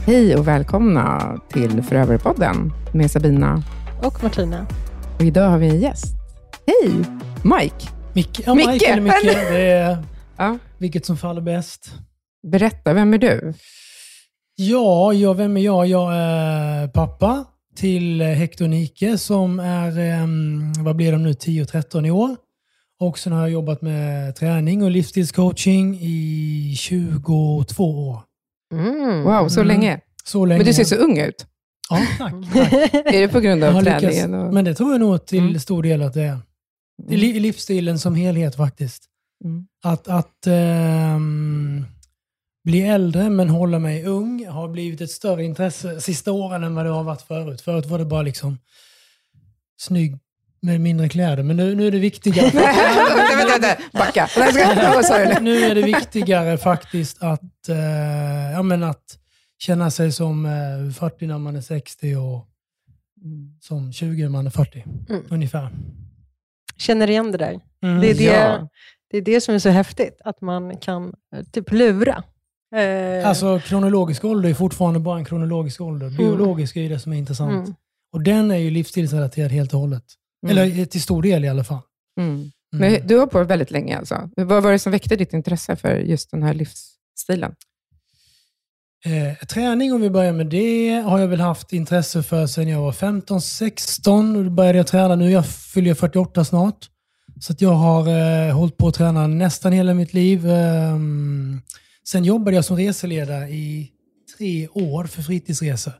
Hej och välkomna till Förövarpodden med Sabina och Martina. Och idag har vi en gäst. Hej, Mike. Micke eller Micke. Det är vilket som faller bäst. Berätta, vem är du? Ja, vem är jag? Jag är pappa till Hector och Nike som är, vad blir de nu, 10-13 i år. Och sen har jag jobbat med träning och livsstilscoaching i 22 år. Wow, så länge. Så länge. Men du ser så ung ut. Ja, tack. Är det på grund av träningen? Och... Men det tror jag nog till stor del att det är. Det är livsstilen som helhet faktiskt. Att bli äldre men hålla mig ung har blivit ett större intresse sista åren än vad det har varit förut. Förut var det bara liksom snygg med mindre kläder. Men nu är det viktigare. Vänta, backa. Nu är det viktigare faktiskt att känna sig som 40 när man är 60 och som 20 när man är 40. Ungefär. Känner igen det där. Det är det som är så häftigt. Att man kan typ lura. Alltså kronologisk ålder är fortfarande bara en kronologisk ålder. Biologisk är det som är intressant. Och den är ju livsstilsrelaterad helt och hållet. Eller till stor del i alla fall. Men du har på väldigt länge alltså. Vad var det som väckte ditt intresse för just den här livsstilen? Träning, om vi börjar med det, har jag väl haft intresse för sedan jag var 15-16. Och då började jag träna. Nu jag fyller 48 snart. Så att jag har hållit på att träna nästan hela mitt liv. Sen jobbade jag som reseledare i 3 år för fritidsresor.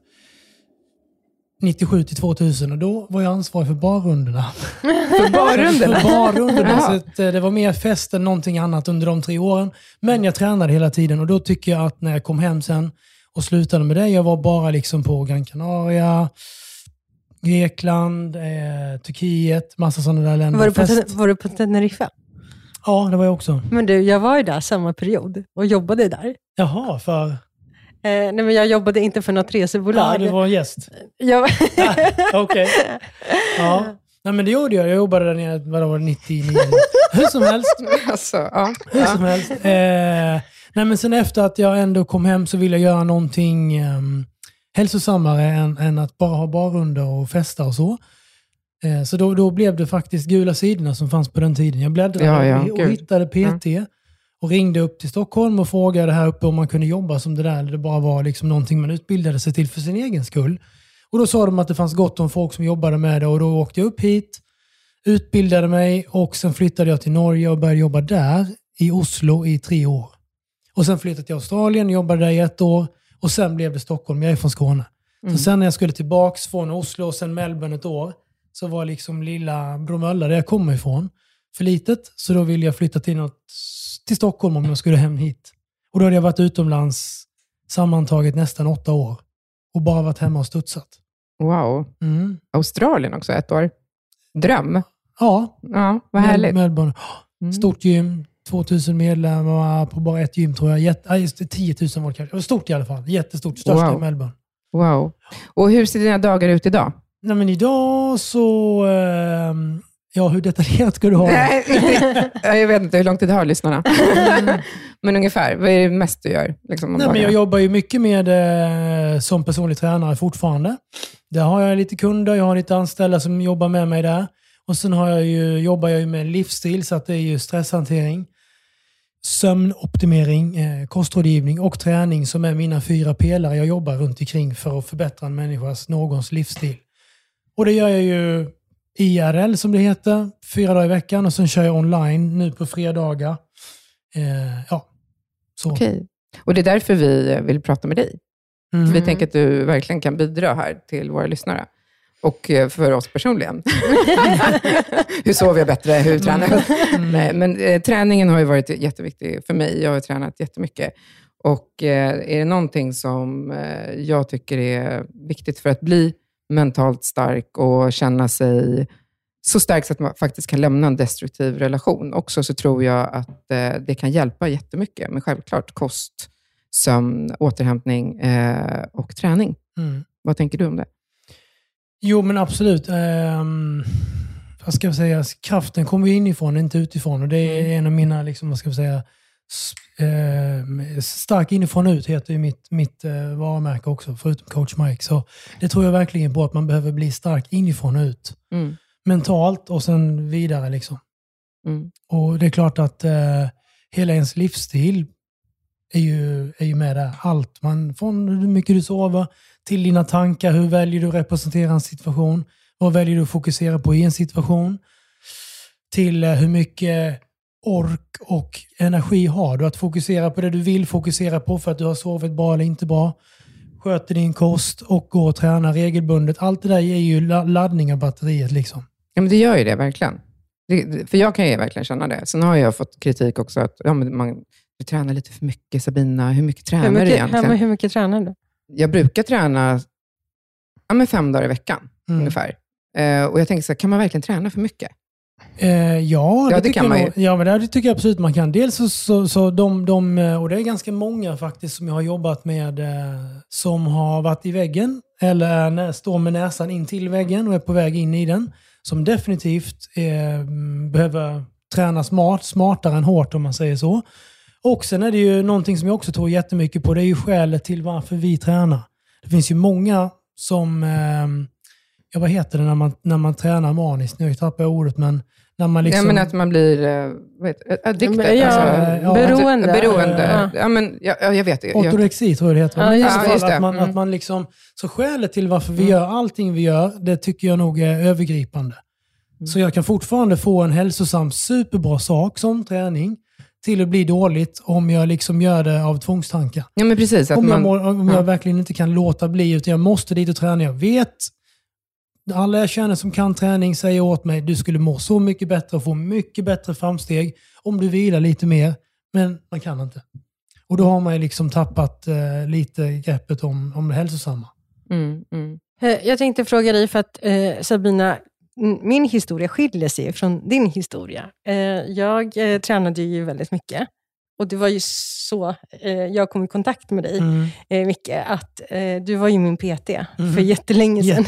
97 till 2000, och då var jag ansvarig för barrundorna. För barrundorna? Så att det var mer fest än någonting annat under de 3 åren. Men jag tränade hela tiden och då tycker jag att när jag kom hem sen och slutade med det, jag var bara liksom på Gran Canaria, Grekland, Turkiet, massa sådana där länder. Var du på Tenerife? Ja, det var jag också. Men du, jag var ju där samma period och jobbade där. Jaha, för... nej, men jag jobbade inte för något resebolag. Ja, du var en gäst. Okej. Ja. Nej, men det gjorde jag. Jag jobbade där nere, vad var det, 99. Hur som helst. Hur som helst. Nej, men sen efter att jag ändå kom hem så ville jag göra någonting hälsosammare än att bara ha barrundor och festa och så. Så då blev det faktiskt Gula sidorna som fanns på den tiden. Jag bläddrade och hittade PT. Och ringde upp till Stockholm och frågade här uppe om man kunde jobba som det där. Eller det bara var liksom någonting man utbildade sig till för sin egen skull. Och då sa de att det fanns gott om folk som jobbade med det. Och då åkte jag upp hit, utbildade mig och sen flyttade jag till Norge och började jobba där i Oslo i 3 år. Och sen flyttade jag till Australien och jobbade där i 1 år. Och sen blev det Stockholm. Jag är från Skåne. Så sen när jag skulle tillbaks från Oslo och sen Melbourne 1 år, så var liksom lilla Bromölla där jag kommer ifrån för litet. Så då ville jag flytta till Stockholm om jag skulle hem hit. Och då hade jag varit utomlands sammantaget nästan 8 år. Och bara varit hemma och studsat. Wow. Australien också 1 år. Dröm. Ja, vad härligt. Melbourne. Stort gym. 2000 medlemmar på bara ett gym tror jag. 10 000 var det kanske. Stort i alla fall. Jättestort. Största i Melbourne. Wow. Och hur ser dina dagar ut idag? Nej, men idag så... hur detaljerat ska du ha det? Jag vet inte hur lång tid har lyssnarna. Men ungefär, vad är det mest du gör? Liksom, men jag jobbar ju mycket med som personlig tränare fortfarande. Där har jag lite kunder, jag har lite anställda som jobbar med mig där. Och sen jobbar jag ju med livsstil, så att det är ju stresshantering, sömnoptimering, kostrådgivning och träning som är mina 4 pelare jag jobbar runt omkring för att förbättra någons livsstil. Och det gör jag ju IRL som det heter, 4 dagar i veckan, och sen kör jag online nu på fredagar. Så. Okej. Och det är därför vi vill prata med dig. För vi tänker att du verkligen kan bidra här till våra lyssnare. Och för oss personligen. Hur sover jag bättre? Hur tränar jag? Nej, men träningen har ju varit jätteviktig för mig. Jag har tränat jättemycket. Och är det någonting som jag tycker är viktigt för att bli mentalt stark och känna sig så stark så att man faktiskt kan lämna en destruktiv relation. Också så tror jag att det kan hjälpa jättemycket. Men självklart kost, sömn, återhämtning och träning. Vad tänker du om det? Jo, men absolut. Vad ska jag säga? Kraften kommer inifrån, inte utifrån. Och det är en av mina, liksom, vad ska jag säga, stark inifrån ut heter ju mitt varumärke också, förutom Coach Mike. Så det tror jag verkligen på, att man behöver bli stark inifrån ut. Mentalt och sen vidare liksom. Och det är klart att hela ens livsstil är ju med där. Allt från hur mycket du sover till dina tankar, hur väljer du att representera en situation, vad väljer du att fokusera på i en situation, till hur mycket ork och energi har du att fokusera på det du vill fokusera på för att du har sovit bra eller inte bra, sköter din kost och går och tränar regelbundet. Allt det där är ju laddning av batteriet liksom. Ja, men det gör ju det verkligen. För jag kan ju verkligen känna det. Sen har jag fått kritik också att du tränar lite för mycket, Sabina. Hur mycket tränar du egentligen? Hur mycket tränar du? Jag brukar träna 5 dagar i veckan ungefär. Och jag tänker så här, kan man verkligen träna för mycket? Ja, det kan man ju. Ja, men det tycker jag absolut man kan. Dels så de och det är ganska många faktiskt som jag har jobbat med som har varit i väggen eller står med näsan in till väggen och är på väg in i den. Som definitivt behöver träna smartare än hårt, om man säger så. Och sen är det ju någonting som jag också tror jättemycket på. Det är ju skälet till varför vi tränar. Det finns ju många som... vad heter det när man tränar maniskt? Nu tappar jag ordet, men när man liksom... Ja, men att man blir addicted. Beroende. Ja, men jag vet det. Ortorexi tror jag det heter. Just det. Att man liksom... Så skälet till varför vi gör allting vi gör, det tycker jag nog är övergripande. Så jag kan fortfarande få en hälsosam, superbra sak som träning till att bli dåligt om jag liksom gör det av tvångstankar. Ja, men precis. Om jag verkligen inte kan låta bli, utan jag måste dit och träna. Jag vet... Alla jag känner som kan träning säger åt mig, du skulle må så mycket bättre och få mycket bättre framsteg om du vilar lite mer. Men man kan inte. Och då har man ju liksom tappat lite greppet om det hälsosamma. Jag tänkte fråga dig för att Sabina, min historia skiljer sig från din historia. Jag tränade ju väldigt mycket. Och det var ju så jag kom i kontakt med dig, Micke, att du var ju min PT för jättelänge sedan.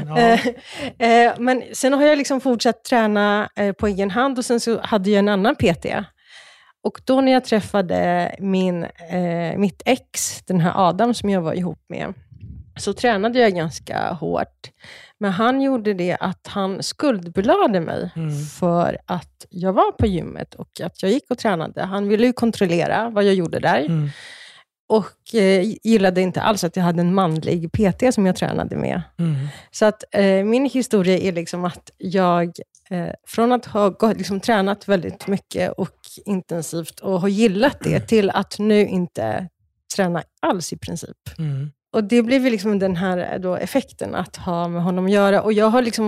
Ja. Men sen har jag liksom fortsatt träna på egen hand och sen så hade jag en annan PT. Och då när jag träffade mitt ex, den här Adam som jag var ihop med, så tränade jag ganska hårt. Men han gjorde det att han skuldbelade mig för att jag var på gymmet och att jag gick och tränade. Han ville ju kontrollera vad jag gjorde där. Och gillade inte alls att jag hade en manlig PT som jag tränade med. Så att min historia är liksom att jag från att ha liksom tränat väldigt mycket och intensivt och har gillat det till att nu inte träna alls i princip. Och det blev liksom den här då effekten att ha med honom att göra. Och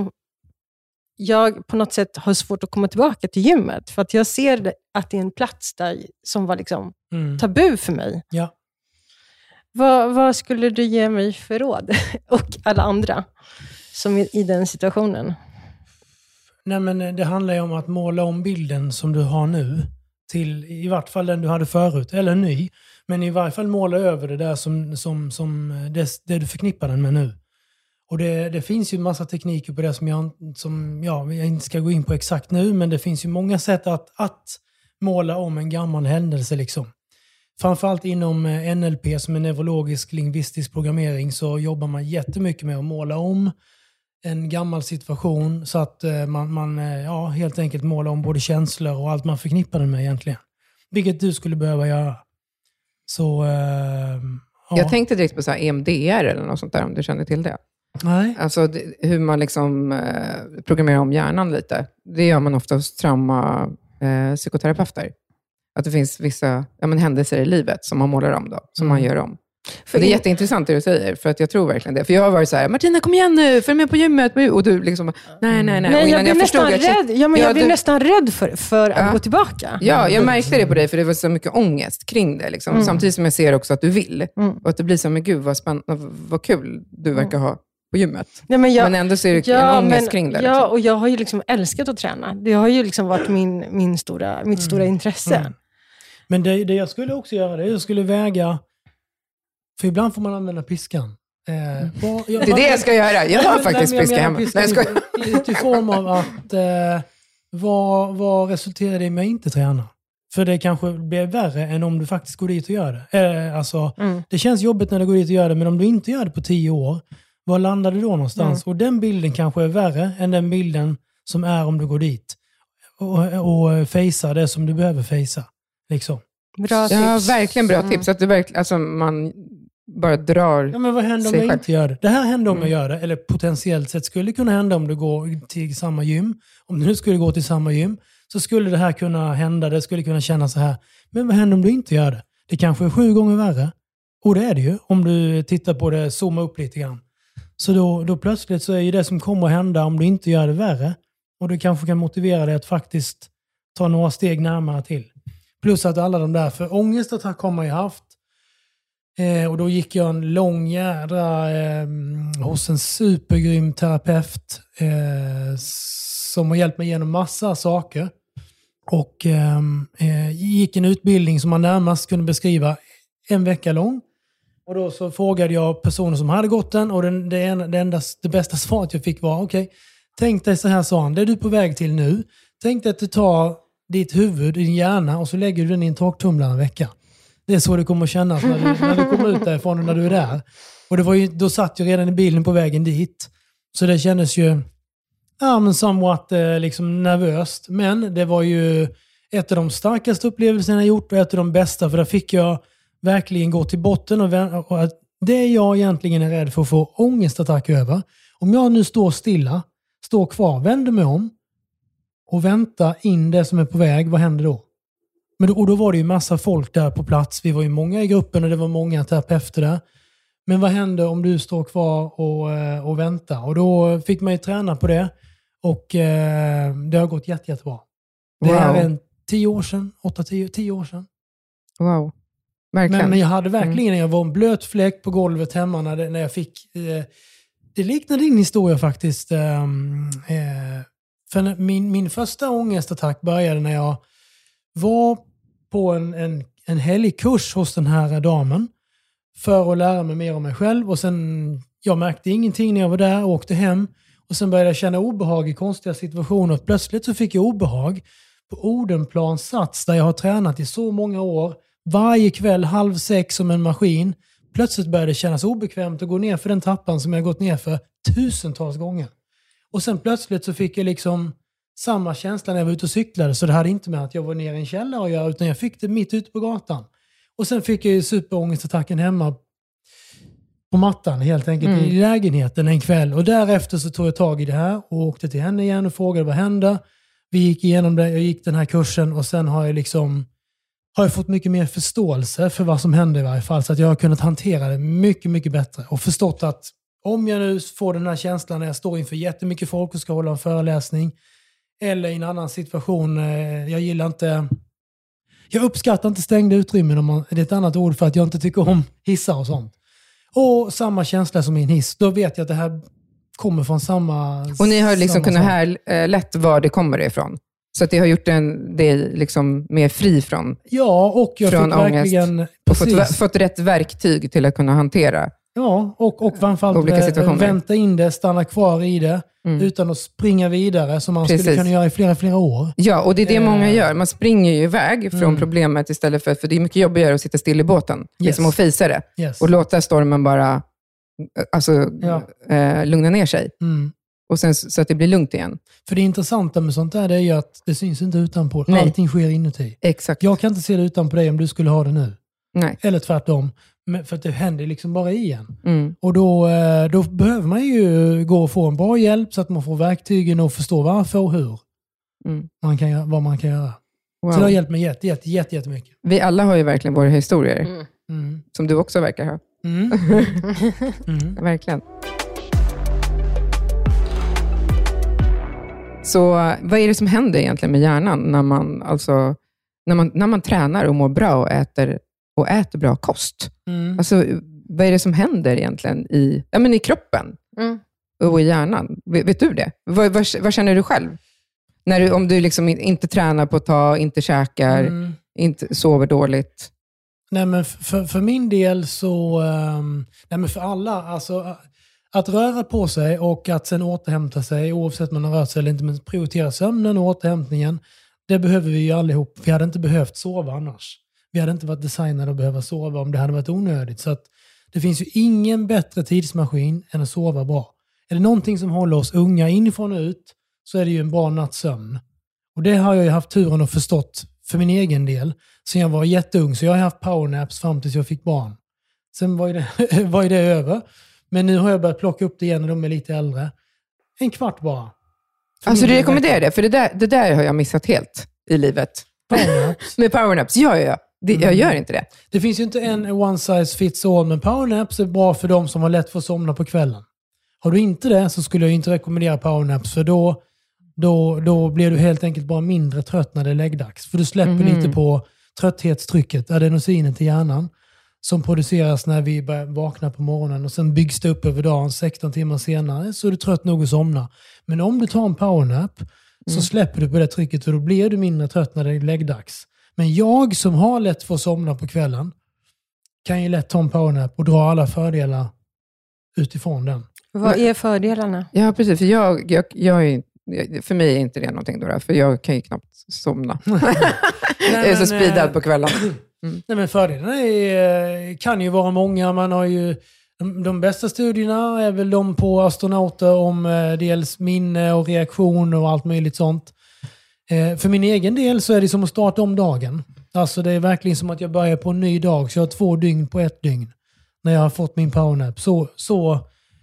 jag på något sätt har svårt att komma tillbaka till gymmet. För att jag ser att det är en plats där som var liksom tabu för mig. Ja. Vad skulle du ge mig för råd? Och alla andra som är i den situationen. Nej, men det handlar ju om att måla om bilden som du har nu till i vart fall den du hade förut, eller ny. Men i varje fall måla över det där som det du förknippar den med nu. Och det finns ju en massa tekniker på det som jag inte ska gå in på exakt nu, men det finns ju många sätt att måla om en gammal händelse liksom. Framförallt inom NLP som är neurologisk lingvistisk programmering så jobbar man jättemycket med att måla om en gammal situation så att man helt enkelt målar om både känslor och allt man förknippar den med egentligen. Vilket du skulle behöva göra. Så, Jag tänkte direkt på så här EMDR eller något sånt där, om du känner till det. Nej. Alltså hur man liksom programmerar om hjärnan lite. Det gör man ofta hos psykoterapeuter. Att det finns vissa händelser i livet som man målar om då, som man gör om. För det är jätteintressant det du säger, för att jag tror verkligen det. För jag har varit så här, Martina kom igen nu, följ med på gymmet. Och du liksom, nej. Nej, jag blir nästan rädd för att gå tillbaka. Ja, jag märkte det på dig, för det var så mycket ångest kring det. Liksom. Samtidigt som jag ser också att du vill. Och att det blir så, men gud vad spännande, vad kul du verkar ha på gymmet. Nej, men ändå ser du en ångest kring det. Ja, och jag har ju liksom älskat att träna. Det har ju liksom varit mitt stora intresse. Men det jag skulle också göra, det är att jag skulle väga. För ibland får man använda piskan. Det är det jag ska göra. Jag har faktiskt piska hemma. I form av att vad resulterar det med att inte träna? För det kanske blir värre än om du faktiskt går dit och gör det. Det känns jobbigt när du går dit och gör det, men om du inte gör det på 10 år, var landar du då någonstans? Och den bilden kanske är värre än den bilden som är om du går dit och fejsar det som du behöver fejsa. Liksom. Bra tips. Ja, verkligen bra tips. Att du alltså man bara drar. Ja, men vad händer om jag inte gör det? Det här händer om jag gör det. Eller potentiellt sett skulle kunna hända om du går till samma gym. Om du nu skulle gå till samma gym, så skulle det här kunna hända. Det skulle kunna kännas så här. Men vad händer om du inte gör det? Det kanske är 7 gånger värre. Och det är det ju. Om du tittar på det, zooma upp lite grann. Så då plötsligt så är ju det som kommer att hända om du inte gör det värre. Och du kanske kan motivera dig att faktiskt ta några steg närmare till. Plus att alla de där, för ångestattack har man ju haft. Och då gick jag en lång jädra hos en supergrym terapeut som har hjälpt mig igenom massa saker. Och gick en utbildning som man närmast kunde beskriva 1 vecka lång. Och då så frågade jag personer som hade gått den, och det bästa svaret jag fick var okej, tänk dig så här, sa han, det är du på väg till nu. Tänk dig att du tar ditt huvud, din hjärna, och så lägger du den i en torktumlare en vecka. Det är så det kommer att kännas när du kommer ut därifrån och när du är där. Och det var ju, då satt jag redan i bilen på vägen dit. Så det kändes ju somewhat liksom nervöst. Men det var ju ett av de starkaste upplevelserna jag gjort och ett av de bästa. För där fick jag verkligen gå till botten och det jag egentligen är rädd för att få ångestattack över. Om jag nu står stilla, står kvar, vänder mig om och väntar in det som är på väg, vad händer då? Och då var det ju massa folk där på plats. Vi var ju många i gruppen och det var många terapeuter där. Men vad händer om du står kvar och väntar? Och då fick man ju träna på det. Och det har gått jättebra. Det är en 10 år sedan, 8-10 år sedan. Wow, verkligen. Men jag hade verkligen, jag var en blöt fläck på golvet hemma när jag fick... det liknade din historia faktiskt. För min första ångestattack började när jag var på en helgkurs hos den här damen för att lära mig mer om mig själv. Och sen, jag märkte ingenting när jag var där och åkte hem. Och sen började jag känna obehag i konstiga situationer. Och plötsligt så fick jag obehag på Odenplans sats där jag har tränat i så många år. Varje kväll 5:30 som en maskin. Plötsligt började det kännas obekvämt att gå ner för den trappan som jag gått ner för tusentals gånger. Och sen plötsligt så fick jag liksom samma känsla när jag var ute och cyklade. Så det hade inte med att jag var nere i en källare att göra, utan jag fick det mitt ute på gatan. Och sen fick jag ju superångestattacken hemma på mattan helt enkelt i lägenheten en kväll. Och därefter så tog jag tag i det här och åkte till henne igen och frågade vad hände. Vi gick igenom det, jag gick den här kursen och sen har jag fått mycket mer förståelse för vad som hände i varje fall. Så att jag har kunnat hantera det mycket, mycket bättre. Och förstått att om jag nu får den här känslan när jag står inför jättemycket folk och ska hålla en föreläsning, eller i en annan situation, jag uppskattar inte stängda utrymmen, det är ett annat ord för att jag inte tycker om hissar och sånt. Och samma känsla som i en hiss, då vet jag att det här kommer från samma... Och ni har liksom kunnat härlett var det kommer ifrån. Så att det har gjort det liksom mer fri från. Ja, och jag fick verkligen... Och fått rätt verktyg till att kunna hantera. Ja, och framförallt vänta in det, stanna kvar i det utan att springa vidare som man skulle kunna göra i flera år. Ja, och det är det många gör. Man springer ju iväg från problemet istället för det är mycket jobbigare att sitta still i båten. Liksom att fejsa det. Och låta stormen bara lugna ner sig. Och sen så att det blir lugnt igen. För det intressanta med sånt där, det är ju att det syns inte utanpå. Nej. Allting sker inuti. Exakt. Jag kan inte se det utanpå dig om du skulle ha det nu. Nej. Eller tvärtom. För att det händer liksom bara igen. Och då behöver man ju gå och få en bra hjälp så att man får verktygen och förstå varför och hur vad man kan göra. Wow. Så det har hjälpt mig jättemycket. Vi alla har ju verkligen våra historier. Som du också verkar ha. Verkligen. Så vad är det som händer egentligen med hjärnan när man tränar och mår bra och äter bra kost? Alltså, vad är det som händer egentligen i kroppen och i hjärnan? Vet du det? Vad känner du själv? Om du liksom inte tränar på ett tag, inte käkar, inte sover dåligt? Nej, men för min del så... för alla, alltså... Att röra på sig och att sen återhämta sig, oavsett om man har rört sig eller inte, men prioritera sömnen och återhämtningen, Det behöver vi ju allihop. Vi hade inte behövt sova annars. Vi hade inte varit designade att behöva sova om det hade varit onödigt. Så att det finns ju ingen bättre tidsmaskin än att sova bra. Är det någonting som håller oss unga inifrån och ut så är det ju en bra nattsömn. Och det har jag ju haft turen att förstått för min egen del. Sen jag var jätteung, så jag har haft powernaps fram tills jag fick barn. Sen var ju det över. Men nu har jag börjat plocka upp det igen när de är lite äldre. En kvart bara. Alltså du rekommenderar det? För det där har jag missat helt i livet. Powernaps? Med powernaps, ja. Jag gör inte det. Det finns ju inte en one size fits all, men powernaps är bra för de som har lätt för att somna på kvällen. Har du inte det så skulle jag inte rekommendera powernaps, för då blir du helt enkelt bara mindre trött när det är läggdags. För du släpper lite på trötthetstrycket, adenosinet i hjärnan, som produceras när vi börjar vakna på morgonen och sen byggs det upp över dagen 16 timmar senare så är du trött nog att somna. Men om du tar en powernap så släpper du på det trycket och då blir du mindre trött när det är läggdags. Men jag som har lätt för att somna på kvällen kan ju lätt ta en powernap och dra alla fördelar utifrån den. Vad är fördelarna? Ja, precis. För för mig är inte det någonting då, för jag kan ju knappt somna. Jag är så speedad på kvällen. Nej, men fördelarna kan ju vara många. Man har ju de bästa studierna är väl de på astronauter om dels minne och reaktion och allt möjligt sånt. För min egen del så är det som att starta om dagen. Alltså det är verkligen som att jag börjar på en ny dag. Så jag har 2 dygn på 1 dygn när jag har fått min powernap. Så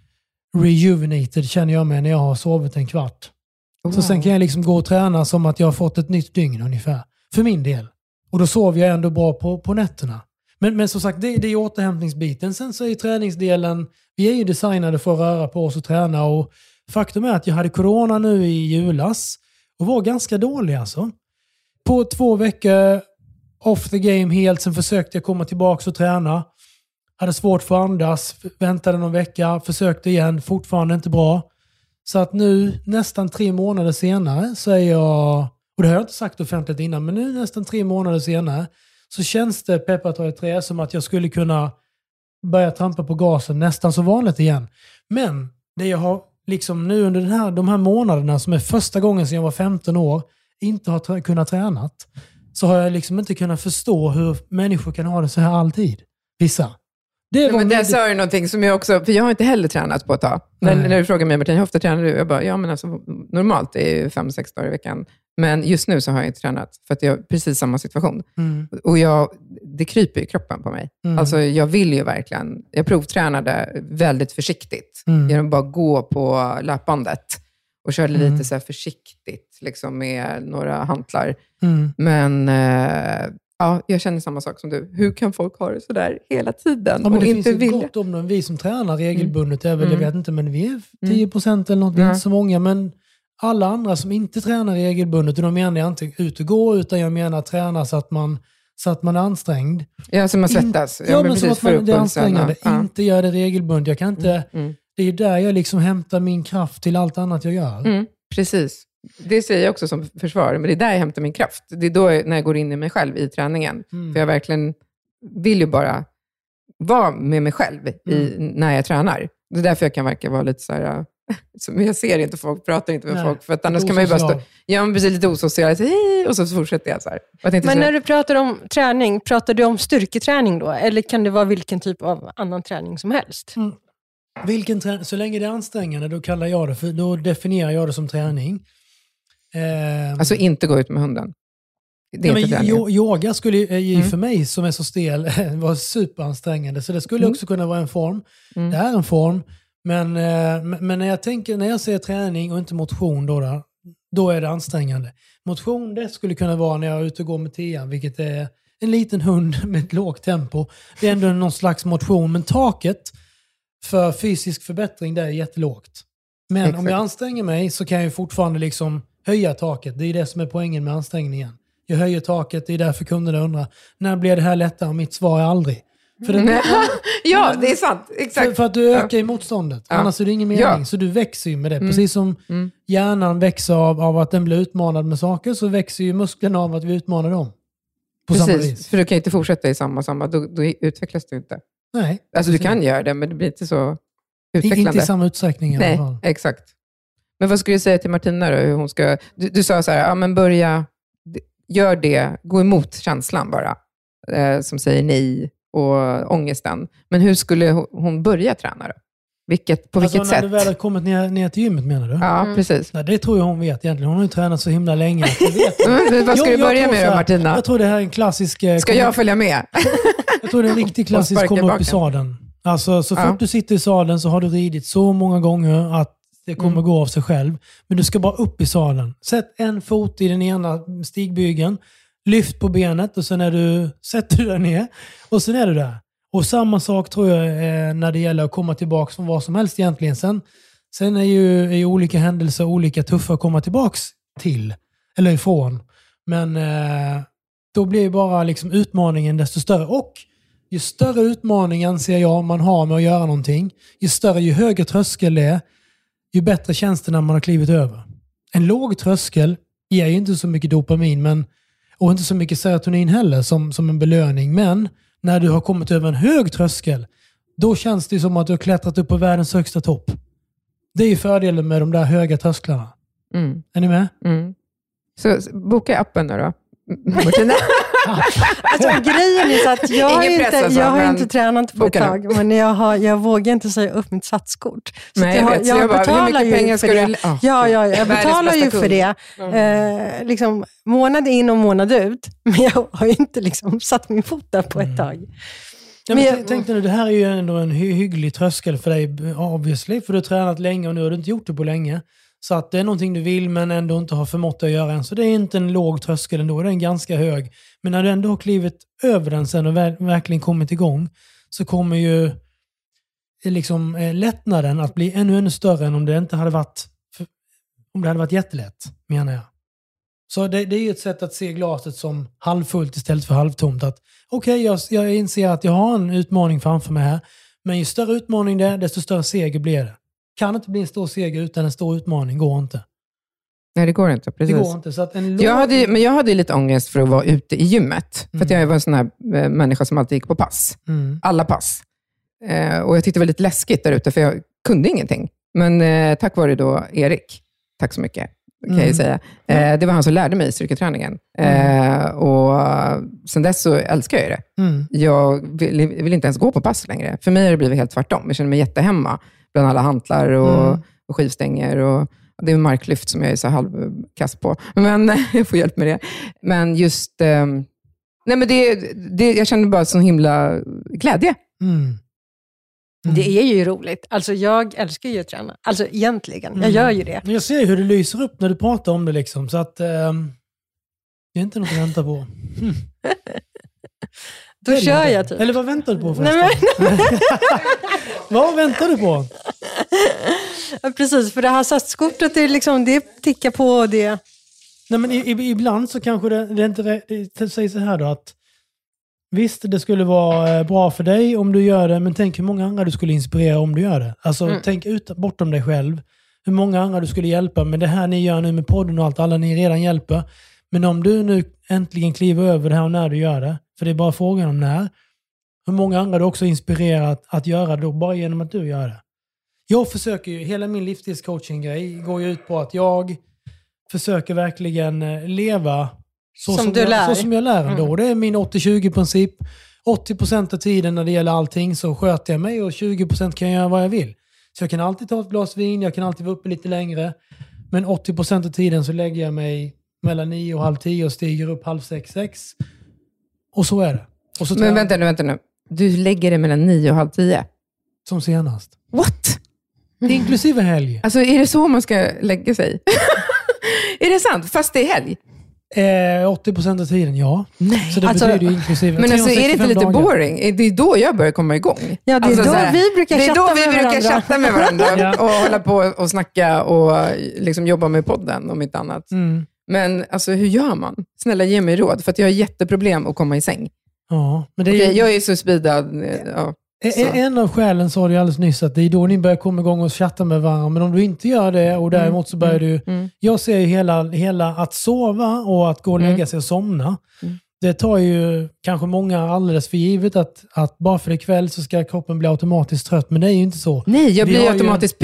rejuvenated känner jag mig när jag har sovit en kvart. Wow. Så sen kan jag liksom gå och träna som att jag har fått ett nytt dygn ungefär. För min del. Och då sover jag ändå bra på nätterna. Men som sagt, det är återhämtningsbiten. Sen så är träningsdelen, vi är ju designade för att röra på oss och träna. Och faktum är att jag hade corona nu i julas och var ganska dålig alltså. På 2 veckor off the game helt, sen försökte jag komma tillbaka och träna. Hade svårt för att andas, väntade någon vecka, försökte igen, fortfarande inte bra. Så att nu, nästan 3 månader senare, så är jag, och det har jag inte sagt offentligt innan, men nu nästan 3 månader senare så känns det, peppartar i trä, som att jag skulle kunna börja trampa på gasen nästan så vanligt igen. Men det jag har liksom nu under de här månaderna, som är första gången sedan jag var 15 år, inte har kunnat tränat, så har jag liksom inte kunnat förstå hur människor kan ha det så här alltid. Vissa. Men det sa ju någonting som jag också, för jag har inte heller tränat på ett tag. När du frågar mig, Martin, hur ofta tränar du? Jag bara, ja men alltså normalt det är ju 5-6 dagar i veckan. Men just nu så har jag inte tränat för att jag har precis samma situation. Och det kryper i kroppen på mig. Alltså jag vill ju verkligen, jag provtränade väldigt försiktigt. Genom att bara gå på löpbandet och körde lite så här försiktigt liksom med några hantlar. Men ja, jag känner samma sak som du. Hur kan folk ha det så där hela tiden? Ja, men det finns ju gott om dem. Vi som tränar regelbundet är väl, jag vet inte, men vi är 10% eller något, vi är inte så många. Men alla andra som inte tränar regelbundet, och de menar jag inte ut och gå, utan jag menar träna så att man är ansträngd. Ja, så man svettas. Ja, men så att man är ansträngande. Inte gör det regelbundet. Jag kan inte, det är där jag liksom hämtar min kraft till allt annat jag gör. Precis. Det säger jag också som försvar, men det är där jag hämtar min kraft. Det är då när jag går in i mig själv i träningen. För jag verkligen vill ju bara vara med mig själv när jag tränar. Det är därför jag kan verka vara lite så här, men jag ser inte folk, pratar inte med folk, för att annars kan man ju bara stå, precis lite osocial, och så fortsätter jag så här. Men när du pratar om träning, pratar du om styrketräning då? Eller kan det vara vilken typ av annan träning som helst? Vilken träning, så länge det är ansträngande, då kallar jag det för, då definierar jag det som träning. Alltså inte gå ut med hunden. Yoga skulle ju för mig som är så stel vara superansträngande, så det skulle också kunna vara en form. Det är en form, men när jag säger träning och inte motion då är det ansträngande. Motion, det skulle kunna vara när jag är ute och går med Tia, vilket är en liten hund med ett lågt tempo. Det är ändå någon slags motion, men taket för fysisk förbättring det är jättelågt. Men om jag anstränger mig så kan jag ju fortfarande liksom höja taket. Det är det som är poängen med ansträngningen. Jag höjer taket, det är därför kunderna undrar, när blir det här lättare? Och mitt svar är aldrig. För ja, det är sant. Exakt. För att du ökar i motståndet. Annars är det ingen mening. Så du växer ju med det. Precis som hjärnan växer av att den blir utmanad med saker, så växer ju musklerna av att vi utmanar dem. På samma vis. För du kan inte fortsätta i samma. Då utvecklas du inte. Nej. Alltså du kan göra det, men det blir inte så utvecklande. Inte i samma utsträckning i alla fall. Nej, exakt. Men vad skulle du säga till Martina då? Hur hon ska, du sa så här, men börja gör det, gå emot känslan bara, som säger nej och ångesten. Men hur skulle hon börja träna då? På vilket sätt? När du väl har kommit ner till gymmet, menar du? Ja, precis. Nej, det tror jag hon vet egentligen. Hon har ju tränat så himla länge. Vad ska du börja med då, Martina? Jag tror det här är en klassisk... Ska jag följa med? Jag tror det är en riktig klassisk komma upp i sadeln. Alltså, så fort du sitter i sadeln så har du ridit så många gånger att det kommer gå av sig själv. Men du ska bara upp i sadeln. Sätt en fot i den ena stigbygeln. Lyft på benet och sen sätter du dig ner. Och sen är du där. Och samma sak tror jag när det gäller att komma tillbaka från vad som helst egentligen. Sen är ju olika händelser olika tuffa att komma tillbaka till. Eller ifrån. Men då blir ju bara liksom utmaningen desto större. Och ju större utmaningen ser jag man har med att göra någonting. Ju högre tröskel det är. Ju bättre känns det när man har klivit över. En låg tröskel ger ju inte så mycket dopamin. Och inte så mycket serotonin heller som en belöning. Men när du har kommit över en hög tröskel, då känns det som att du har klättrat upp på världens högsta topp. Det är ju fördelen med de där höga trösklarna. Är ni med? Så boka appen nu då, Martina. Alltså grejen är så att jag har inte tränat på ett tag, men jag vågar inte säga upp mitt satskort. Så nej, jag betalar ju för det. Jag betalar ju för det. Liksom, månad in och månad ut. Men jag har ju inte liksom satt min fot där på ett tag. Ja, men jag tänkte nu, det här är ju ändå en hygglig tröskel för dig, obviously, för du har tränat länge och nu har du inte gjort det på länge. Så att det är någonting du vill men ändå inte har förmått att göra än. Så det är inte en låg tröskel ändå, det är en ganska hög. Men när du ändå har klivit över den sen och verkligen kommit igång, så kommer ju liksom lättnaden att bli ännu större än om det hade varit jättelätt, menar jag. Så det är ju ett sätt att se glaset som halvfullt istället för halvtomt. Att okej, jag inser att jag har en utmaning framför mig här. Men ju större utmaning det är, desto större seger blir det. Kan inte bli en stor seger utan en stor utmaning, går inte. Nej, det går inte. Precis. Det går inte. Så att jag hade lite ångest för att vara ute i gymmet. För att jag var en sån här människa som alltid gick på pass. Alla pass. Och jag tyckte det var lite läskigt där ute, för jag kunde ingenting. Men tack vare då Erik, tack så mycket, kan jag säga. Det var han som lärde mig styrketräningen. Och sen dess så älskar jag det. Jag vill inte ens gå på pass längre. För mig har det blivit helt tvärtom. Jag känner mig jättehemma bland alla hantlar och skivstänger och det är marklyft som jag är så halvkass på. Men jag får hjälp med det. Men just nej, men jag känner bara sån himla glädje. Det är ju roligt. Alltså jag älskar ju att träna. Alltså egentligen, jag gör ju det. Jag ser hur det lyser upp när du pratar om det liksom. Så att det är inte något att vänta på. Då kör jag typ. Eller vad väntar du på förresten? Vad väntar du på? Ja, precis, för det här satskortet är liksom, det tickar på och det. Nej, men ibland så kanske det inte säger så här då, att visst, det skulle vara bra för dig om du gör det, men tänk hur många andra du skulle inspirera om du gör det. Alltså tänk bortom dig själv. Hur många andra du skulle hjälpa med det här ni gör nu med podden och allt, alla ni redan hjälper. Men om du nu äntligen kliver över det här och när du gör det, för det är bara frågan om när, hur många andra du också inspirerat att göra det då, bara genom att du gör det. Jag försöker ju, hela min livsstilscoaching-grej går ju ut på att jag försöker verkligen leva så som jag lär ändå. Det är min 80-20-princip. 80% av tiden när det gäller allting så sköter jag mig och 20% kan jag göra vad jag vill. Så jag kan alltid ta ett glas vin, jag kan alltid vara uppe lite längre. Men 80% av tiden så lägger jag mig mellan 9 och halv 10 och stiger upp halv 6. Och så är det. Och så men vänta nu. Du lägger det mellan 9 och halv 10? Som senast. What? Inklusive helg. Alltså är det så man ska lägga sig? Är det sant? Fast det är helg? 80% av tiden, ja. Nej. Så det betyder ju inklusive. Men alltså, är det inte lite boring? Det är då jag börjar komma igång. Ja, det är alltså, då vi brukar chatta med varandra. Och hålla på och snacka och liksom jobba med podden om inte annat. Men alltså, hur gör man? Snälla, ge mig råd. För att jag har jätteproblem att komma i säng. Ja, men det är jag är så speedad. Ja. En av skälen sa du alldeles nyss att det är då ni börjar komma igång och chatta med varandra. Men om du inte gör det och däremot så börjar du... Jag ser ju hela att sova och att gå och lägga sig och somna. Det tar ju kanske många alldeles för givet att bara för det kväll så ska kroppen bli automatiskt trött. Men det är ju inte så. Nej, jag blir automatiskt pigg.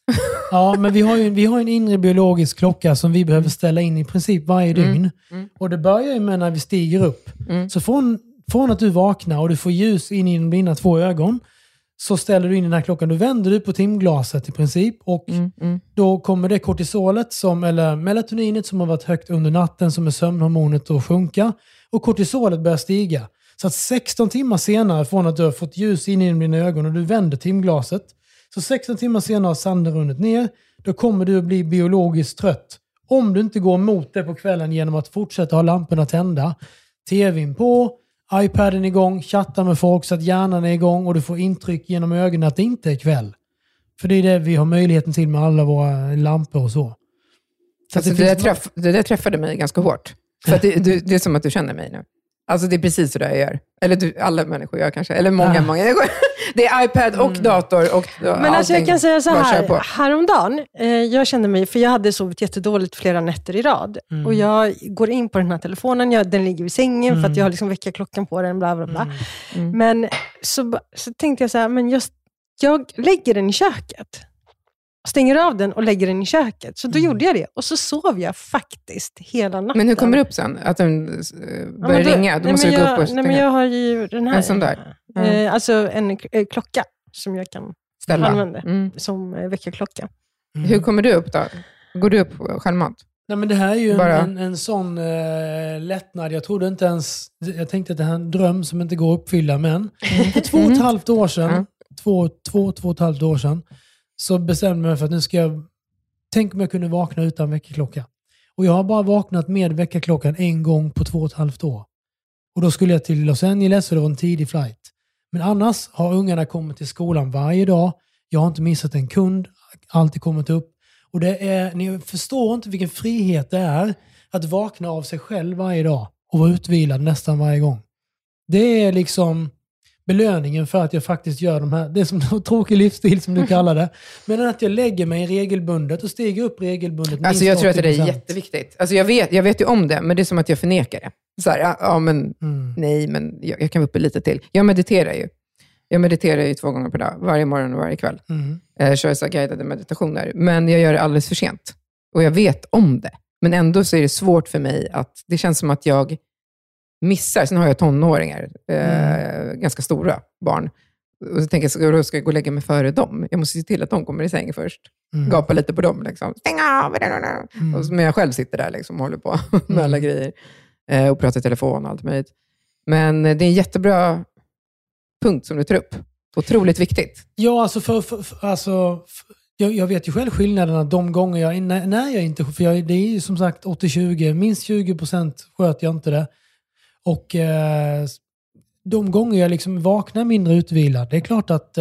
Ja, men vi har en inre biologisk klocka som vi behöver ställa in i princip varje dygn. Och det börjar ju med när vi stiger upp. Så från att du vaknar och du får ljus in i dina 2 ögon, så ställer du in den här klockan. Då vänder du på timglaset i princip. Och då kommer det kortisolet, eller melatoninet som har varit högt under natten, som är sömnhormonet, att sjunka. Och kortisolet börjar stiga. Så att 16 timmar senare, från att du har fått ljus in i dina ögon och du vänder timglaset, så 16 timmar senare har sanden runnit ner. Då kommer du att bli biologiskt trött. Om du inte går mot det på kvällen genom att fortsätta ha lamporna tända, tvn på, iPaden igång, chatta med folk så att hjärnan är igång och du får intryck genom ögonen att det inte är kväll. För det är det vi har möjligheten till med alla våra lampor och så. Alltså det där träffade mig ganska hårt. För att det är som att du känner mig nu. Alltså det är precis så där jag gör. Eller alla människor gör kanske. Eller många. Det är iPad och dator och men alltså jag kan säga så här. Häromdagen, jag kände mig, för jag hade sovit jättedåligt flera nätter i rad. Och jag går in på den här telefonen. Den ligger vid sängen för att jag har liksom väckarklockan på den. Bla bla bla. Men så tänkte jag så här, men jag lägger den i köket. Stänger av den och lägger den i köket. Så då gjorde jag det. Och så sov jag faktiskt hela natten. Men hur kommer det upp sen? Att den börjar ringa? Då måste du gå upp och stänga. Nej, men jag har ju den här. En sån där? Alltså en klocka som jag kan använda som väckarklocka. Hur kommer du upp då? Går du upp självmant? Nej, men det här är ju en sån lättnad. Jag trodde inte ens... Jag tänkte att det här är en dröm som inte går att uppfylla. Men för 2,5 år sedan... 2,5 år sedan... så bestämde jag mig för att nu ska jag... Tänk om jag kunde vakna utan väckarklocka. Och jag har bara vaknat med väckarklockan en gång på 2,5 år. Och då skulle jag till Los Angeles och det var en tidig flight. Men annars har ungarna kommit till skolan varje dag. Jag har inte missat en kund. Alltid kommit upp. Och ni förstår inte vilken frihet det är att vakna av sig själv varje dag. Och vara utvilad nästan varje gång. Det är liksom... belöningen för att jag faktiskt gör de här, det är som en tråkig livsstil som du kallar det, men att jag lägger mig regelbundet och stiger upp regelbundet. Alltså jag tror att det är jätteviktigt. Alltså jag vet ju om det, men det är som att jag förnekar det. Så här, nej, men jag kan vara uppe lite till. Jag mediterar ju 2 gånger per dag, varje morgon och varje kväll. Jag kör så guidade meditationer, men jag gör det alldeles för sent. Och jag vet om det, men ändå så är det svårt för mig att, det känns som att jag missar. Sen har jag tonåringar, ganska stora barn. Och så tänker jag, ska jag gå och lägga mig före dem? Jag måste se till att de kommer i säng först. Gapa lite på dem. Liksom. Stäng av! Men jag själv sitter där liksom, och håller på med alla grejer. Och pratar i telefon och allt möjligt. Men det är en jättebra punkt som du tar upp. Otroligt viktigt. Ja, alltså jag vet ju själv skillnaderna de gånger när jag inte... För det är ju som sagt 80-20. Minst 20% sköter jag inte det. Och de gånger jag liksom vaknar mindre utvilad, det är klart att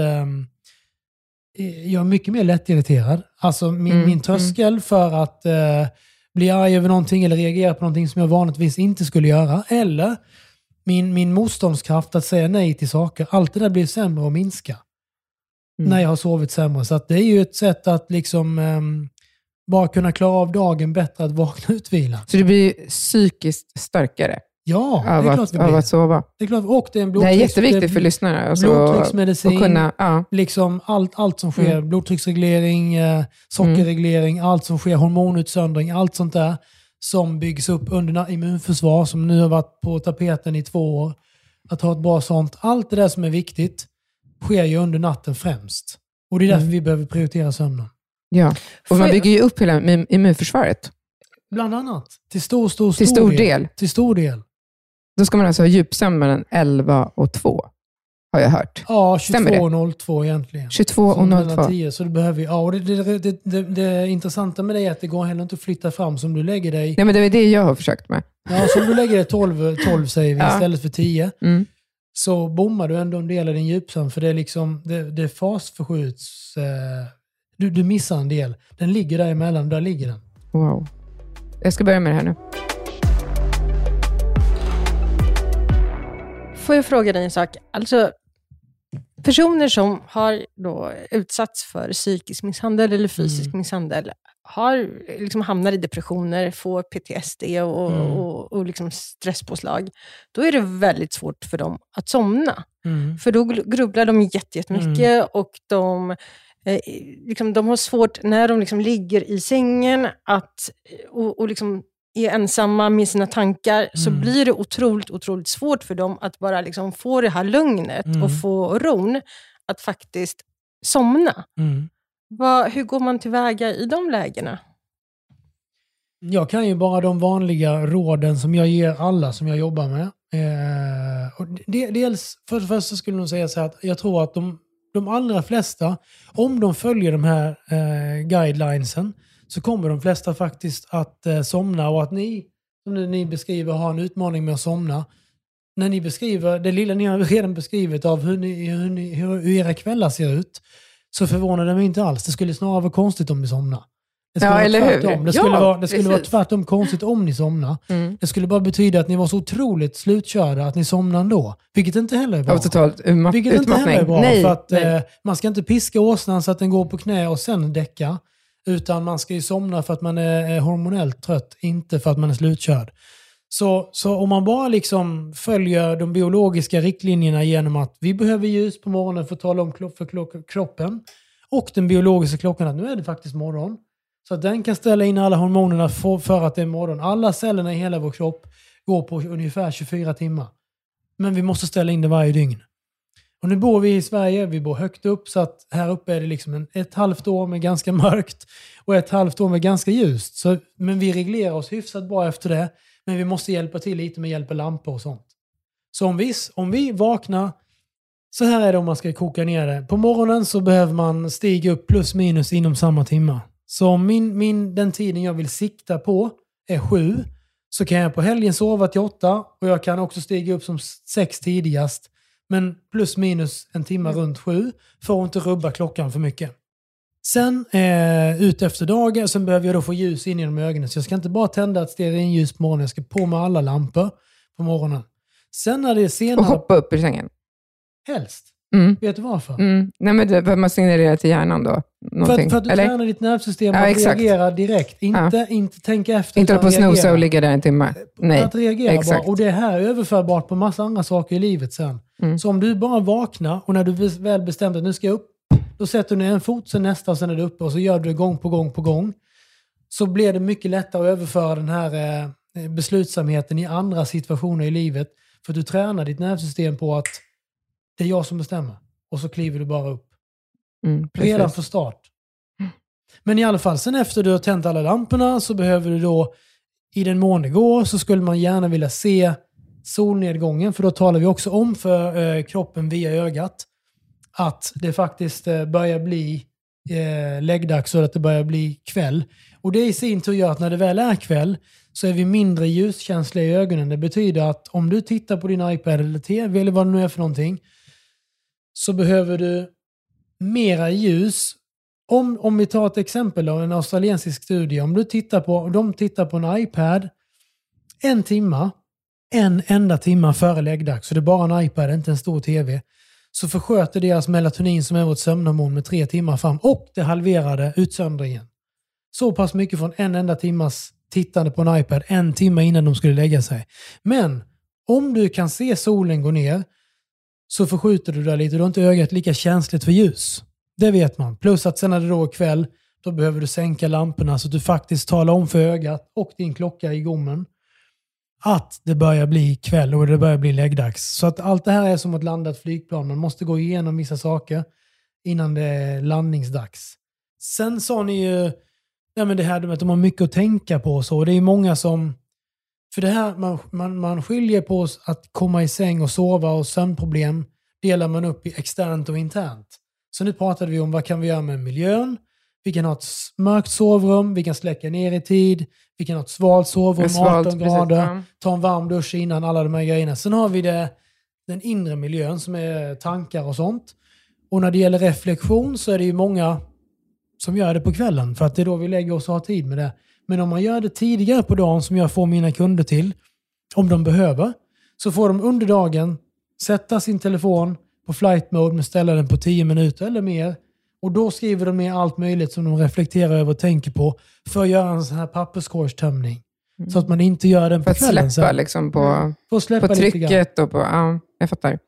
jag är mycket mer lättirriterad. Alltså min tröskel för att bli arg över någonting eller reagera på någonting som jag vanligtvis inte skulle göra. Eller min motståndskraft att säga nej till saker. Allt det där blir sämre och minska när jag har sovit sämre. Så att det är ju ett sätt att liksom bara kunna klara av dagen bättre, att vakna utvilad. Så du blir psykiskt starkare? Ja, det är klart det blir. Av att sova. Det är klart, och det är en det är jätteviktigt för lyssnare. Alltså, blodtrycksmedicin, liksom allt som sker. Blodtrycksreglering, sockerreglering, allt som sker, hormonutsöndring, allt sånt där som byggs upp under immunförsvar som nu har varit på tapeten i 2 år. Att ha ett bra sånt. Allt det där som är viktigt sker ju under natten främst. Och det är därför vi behöver prioritera sömnen. Ja, och man bygger ju upp hela immunförsvaret. Bland annat. Till stor del. Då ska man alltså ha djupsömn mellan 11 och 2, har jag hört. Ja, 22.02 egentligen. 22.02. Så det behöver vi. Ja, och det intressanta med det är att det går heller inte att flytta fram som du lägger dig. Nej, men det är det jag har försökt med. Ja, så om du lägger dig 12 säger vi, istället för 10. Så bommar du ändå en del av din djupsömn. För det är liksom, det fasförskjuts. Du missar en del. Den ligger där emellan, där ligger den. Wow. Jag ska börja med det här nu. Får jag fråga dig en sak? Alltså, personer som har då utsatts för psykisk misshandel eller fysisk misshandel har liksom hamnar i depressioner, får PTSD och liksom stresspåslag. Då är det väldigt svårt för dem att somna. För då grubblar de jättemycket och de liksom, de har svårt när de liksom ligger i sängen och liksom är ensamma med sina tankar, så blir det otroligt svårt för dem att bara liksom få det här lugnet och få ron att faktiskt somna. Hur går man tillväga i de lägena? Jag kan ju bara de vanliga råden som jag ger alla som jag jobbar med. Och dels, för det första skulle jag säga så här att jag tror att de allra flesta, om de följer de här guidelinesen, så kommer de flesta faktiskt att somna, och att ni, som ni beskriver, har en utmaning med att somna. När ni beskriver, det lilla ni har redan beskrivit av hur era kvällar ser ut, så förvånar det mig inte alls. Det skulle snarare vara konstigt om ni somnar. Det skulle det skulle vara tvärtom konstigt om ni somnar. Det skulle bara betyda att ni var så otroligt slutkörda att ni somnar ändå. Vilket inte heller är bra. Vilket inte heller är bra. Nej, för att man ska inte piska åsnan så att den går på knä och sen däcka. Utan man ska ju somna för att man är hormonellt trött, inte för att man är slutkörd. Så om man bara liksom följer de biologiska riktlinjerna genom att vi behöver ljus på morgonen för att tala om för kroppen, och den biologiska klockan att nu är det faktiskt morgon. Så att den kan ställa in alla hormonerna för att det är morgon. Alla cellerna i hela vår kropp går på ungefär 24 timmar. Men vi måste ställa in det varje dygn. Och nu bor vi i Sverige, vi bor högt upp, så att här uppe är det liksom ett halvt år med ganska mörkt och ett halvt år med ganska ljust. Men vi reglerar oss hyfsat bra efter det, men vi måste hjälpa till lite med hjälp av lampor och sånt. Så om vi vaknar, så här är det om man ska koka ner det. På morgonen så behöver man stiga upp plus minus inom samma timme. Så den tiden jag vill sikta på är 7, så kan jag på helgen sova till 8, och jag kan också stiga upp som 6 tidigast. Men plus minus en timme runt 7 för att inte rubba klockan för mycket. Sen ut efter dagen, sen behöver jag då få ljus in genom ögonen. Så jag ska inte bara tända ett stearinljus på morgonen. Jag ska på med alla lampor på morgonen. Sen när det är senare... Och hoppa upp i sängen? Helst. Vet du varför? Nej, men det behöver man signalera till hjärnan då. För att du tränar ditt nervsystem att reagera direkt. Inte tänka efter. Inte på att snosa och ligga där en timme. Nej. Att reagera bara. Och det här är överförbart på massa andra saker i livet sen. Så om du bara vaknar och när du väl bestämt att nu ska jag upp, då sätter du ner en fot, sen nästa och sen är du uppe, och så gör du det gång på gång. Så blir det mycket lättare att överföra den här beslutsamheten i andra situationer i livet. För du tränar ditt nervsystem på att det är jag som bestämmer. Och så kliver du bara upp. Redan från start. Men i alla fall, sen efter du har tänt alla lamporna, så behöver du då, i den mån det går, så skulle man gärna vilja se solnedgången. För då talar vi också om för kroppen via ögat att det faktiskt börjar bli läggdags, så att det börjar bli kväll. Och det i sin tur gör att när det väl är kväll så är vi mindre ljuskänsliga i ögonen. Det betyder att om du tittar på din iPad eller TV eller vad det nu är för någonting, så behöver du mera ljus. Om vi tar ett exempel av en australiensisk studie. Om de tittar på en iPad en enda timma före läggdags, så det är bara en iPad, inte en stor TV, så försköter deras melatonin, som är vårt sömnhormon, med 3 timmar fram, och det halverade utsöndringen. Så pass mycket från en enda timmas tittande på en iPad 1 timme innan de skulle lägga sig. Men om du kan se solen gå ner, så förskjuter du där lite, och du har inte ögat lika känsligt för ljus. Det vet man. Plus att sen när det då är kväll, då behöver du sänka lamporna så att du faktiskt talar om för ögat och din klocka i gommen att det börjar bli kväll och det börjar bli läggdags. Så att allt det här är som ett landat flygplan. Man måste gå igenom vissa saker innan det är landningsdags. Sen sa ni ju det här med att de har mycket att tänka på och så. Det är många som... För det här, man skiljer på att komma i säng och sova, och sömnproblem delar man upp i externt och internt. Så nu pratade vi om vad kan vi göra med miljön. Vi kan ha ett mörkt sovrum, vi kan släcka ner i tid, vi kan ha ett svalt sovrum, 18 grader, ta en varm dusch innan, alla de här grejerna. Sen har vi den inre miljön som är tankar och sånt. Och när det gäller reflektion så är det ju många som gör det på kvällen, för att det är då vi lägger oss och har tid med det. Men om man gör det tidigare på dagen, som jag får mina kunder till, om de behöver, så får de under dagen sätta sin telefon på flight mode, men ställa den på 10 minuter eller mer. Och då skriver de ner allt möjligt som de reflekterar över och tänker på, för att göra en sån här papperskorgstömning. Så att man inte gör den på kvällen. För att släppa liksom på trycket och på... Ja, jag fattar.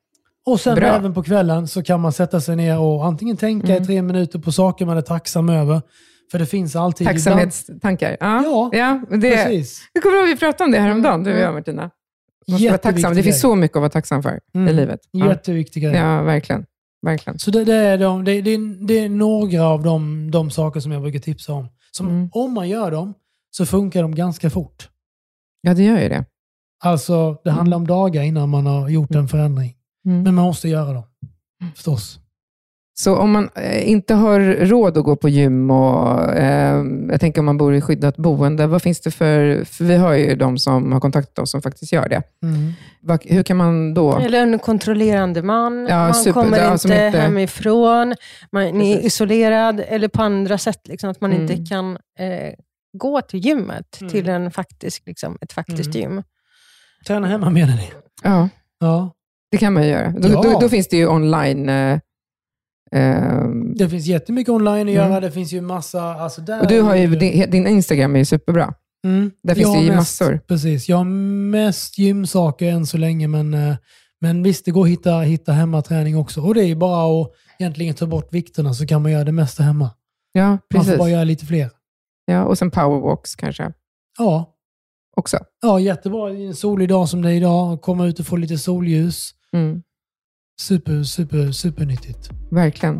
Och sen även på kvällen så kan man sätta sig ner och antingen tänka i 3 minuter på saker man är tacksam över. För det finns alltid... Tacksamhetstankar. Ja, precis. Jag kommer ihåg vi pratade om det häromdagen, du och jag, Martina. Man ska vara tacksam. Det finns så mycket att vara tacksam för i livet. Jätteviktig grej. Ja, verkligen. Så det är några av de saker som jag brukar tipsa om. Som om man gör dem så funkar de ganska fort. Ja, det gör ju det. Alltså, det handlar om dagar innan man har gjort en förändring. Men man måste göra dem, förstås. Så om man inte har råd att gå på gym och jag tänker om man bor i skyddat boende, vad finns det för vi har ju de som har kontaktat oss som faktiskt gör det. Hur kan man då? Eller en kontrollerande man, man kommer inte hemifrån, man är isolerad eller på andra sätt, liksom, att man inte kan gå till gymmet till en faktisk, liksom, ett faktiskt gym. Träna hemma menar ni? Ja. Det kan man göra. Då finns det ju online. Det finns jättemycket online att göra. Det finns ju massa... Alltså där och du har ju, din Instagram är ju superbra. Där finns det ju massor. Precis. Jag har mest gymsaker än så länge. Men visst, det går att hitta hemmaträning också. Och det är ju bara att egentligen ta bort vikterna så kan man göra det mesta hemma. Ja, precis. Man får bara göra lite fler. Ja, och sen powerwalks kanske. Ja. Också. Ja, jättebra. En solig dag som det är idag. Komma ut och få lite solljus. Super nyttigt. Verkligen.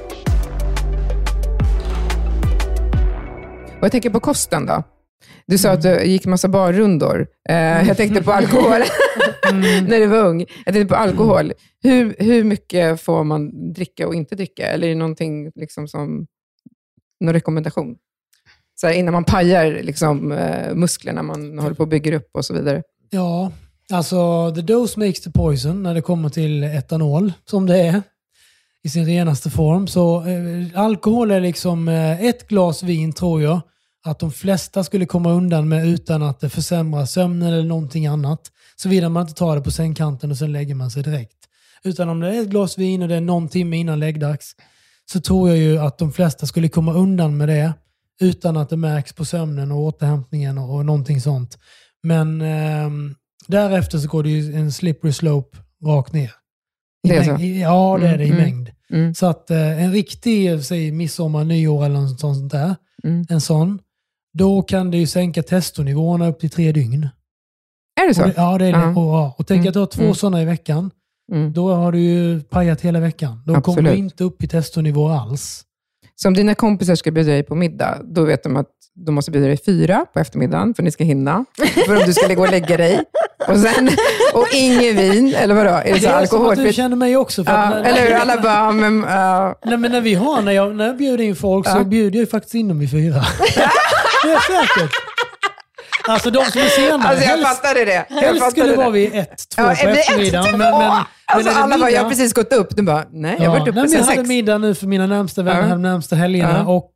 Och jag tänker på kosten då. Du sa att du gick massa barrundor. Jag tänkte på alkohol när du var ung. Jag tänkte på alkohol. Hur mycket får man dricka och inte dricka? Eller är det någonting liksom som någon rekommendation? Så här, innan man pajar liksom, musklerna man håller på och bygger upp och så vidare. Ja, alltså the dose makes the poison när det kommer till etanol, som det är i sin renaste form. Så alkohol är liksom ett glas vin, tror jag, att de flesta skulle komma undan med utan att det försämrar sömnen eller någonting annat. Såvida man inte tar det på sängkanten och sen lägger man sig direkt. Utan om det är ett glas vin och det är någon timme innan läggdags, så tror jag ju att de flesta skulle komma undan med det utan att det märks på sömnen och återhämtningen och någonting sånt. Men därefter så går det ju en slippery slope rakt ner. Det är så? Ja, det är det i mängd. Så att en riktig, säg midsommar, nyår eller något sånt där, en sån, då kan det ju sänka testonivåerna upp till 3 dygn. Är det så? Ja, det är det. Och tänk att du har 2 sådana i veckan. Då har du ju pajat hela veckan. Då kommer du inte upp i testonivå alls. Så om dina kompisar ska bjuda dig på middag, då vet de att de måste bjuda dig 4 på eftermiddagen för ni ska hinna. För om du ska gå och lägga dig. Och ingen vin, eller vadå? Är det så alkoholfritt? Du känner mig också. För eller hur? Alla bara, Nej, men när jag bjuder in folk så bjuder jag faktiskt in dem i 4. Det är säkert. Alltså de som är senare. Alltså jag fattade det. Helst skulle vara vid 1-2 på eftermiddagen. Men alltså alla bara, jag har precis gått upp. Du bara, nej, jag har varit uppe sen 6. Jag hade middag nu för mina närmsta vänner de närmsta helgerna. Och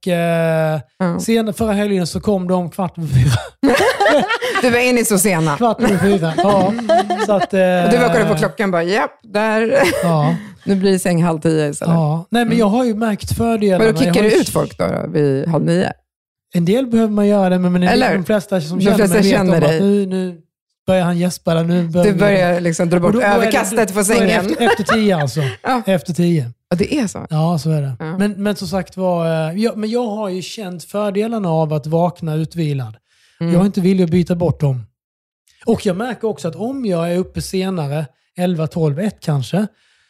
sen förra helgen så kom de 4:15. Du var inne så sena. 4:15. Ja. Så att, och du vaknade på klockan bara, japp, där. Ja. Nu blir det säng 8:30 istället. Ja. Nej, men jag har ju märkt fördelarna. Men då kickar du ut folk då vid 8:30? En del behöver man göra det, men de flesta som känner mig vet om att nu börjar han gäspa. Du börjar liksom dra bort överkastet på sängen. Efter 10 alltså. Efter 10. Ja, det är så. Ja, så är det. Ja. Men som sagt men jag har ju känt fördelarna av att vakna utvilad. Jag har inte vilja att byta bort dem. Och jag märker också att om jag är uppe senare, 11, 12, 1 kanske,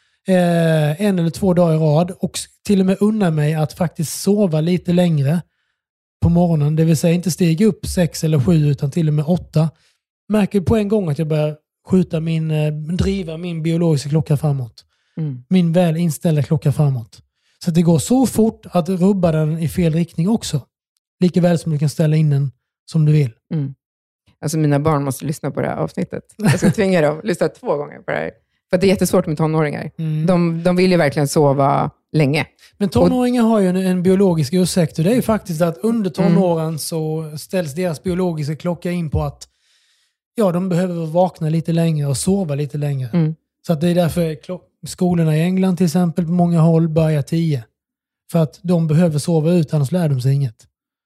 1 eller 2 dagar i rad och till och med unnar mig att faktiskt sova lite längre på morgonen, det vill säga inte stiga upp 6 eller 7 utan till och med 8, märker på en gång att jag börjar driva min biologiska klocka framåt. Min väl inställda klocka framåt. Så att det går så fort att rubba den i fel riktning också. Lika väl som du kan ställa in den som du vill. Alltså mina barn måste lyssna på det här avsnittet. Jag ska tvinga dem att lyssna 2 gånger på det här. För det är jättesvårt med tonåringar. De vill ju verkligen sova länge. Men tonåringar har ju en biologisk ursäkt. Och det är ju faktiskt att under tonåren så ställs deras biologiska klocka in på att de behöver vakna lite längre och sova lite längre. Så att det är därför skolorna i England till exempel på många håll börjar 10. För att de behöver sova ut, annars lär de sig inget.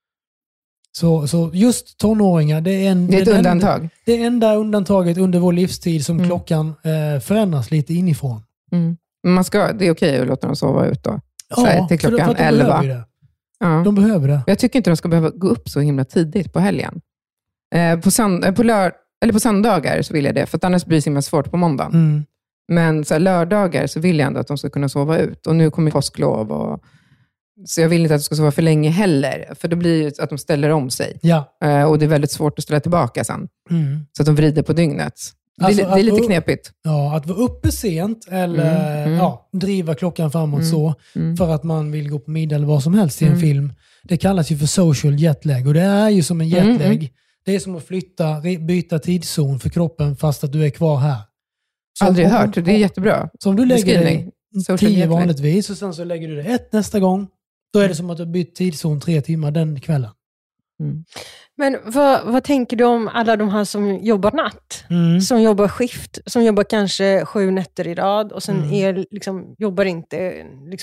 Så just tonåringar, det är ett undantag. Det enda undantaget under vår livstid som klockan förändras lite inifrån. Men det är okej att låta dem sova ut då. Ja, till klockan 11. Ja. De behöver det. Jag tycker inte de ska behöva gå upp så himla tidigt på helgen. På söndagar så vill jag det, för att annars blir det så himla svårt på måndagen. Men så här, lördagar så vill jag ändå att de ska kunna sova ut. Och nu kommer påsklov. Så jag vill inte att de ska sova för länge heller. För då blir det att de ställer om sig. Ja. Och det är väldigt svårt att ställa tillbaka sen. Så att de vrider på dygnet. Det är lite knepigt. Ja, att vara uppe sent eller driva klockan framåt för att man vill gå på middag eller vad som helst i en film. Det kallas ju för social jetlag. Och det är ju som en jetlag. Det är som att byta tidszon för kroppen fast att du är kvar här. Aldrig hört, det är jättebra. Så om du lägger dig 10 vanligtvis och sen så lägger du det 1 nästa gång, då är det som att du har bytt tidszon 3 timmar den kvällen. Men vad tänker du om alla de här som jobbar natt? Som jobbar skift, som jobbar kanske 7 nätter i rad och sen jobbar inte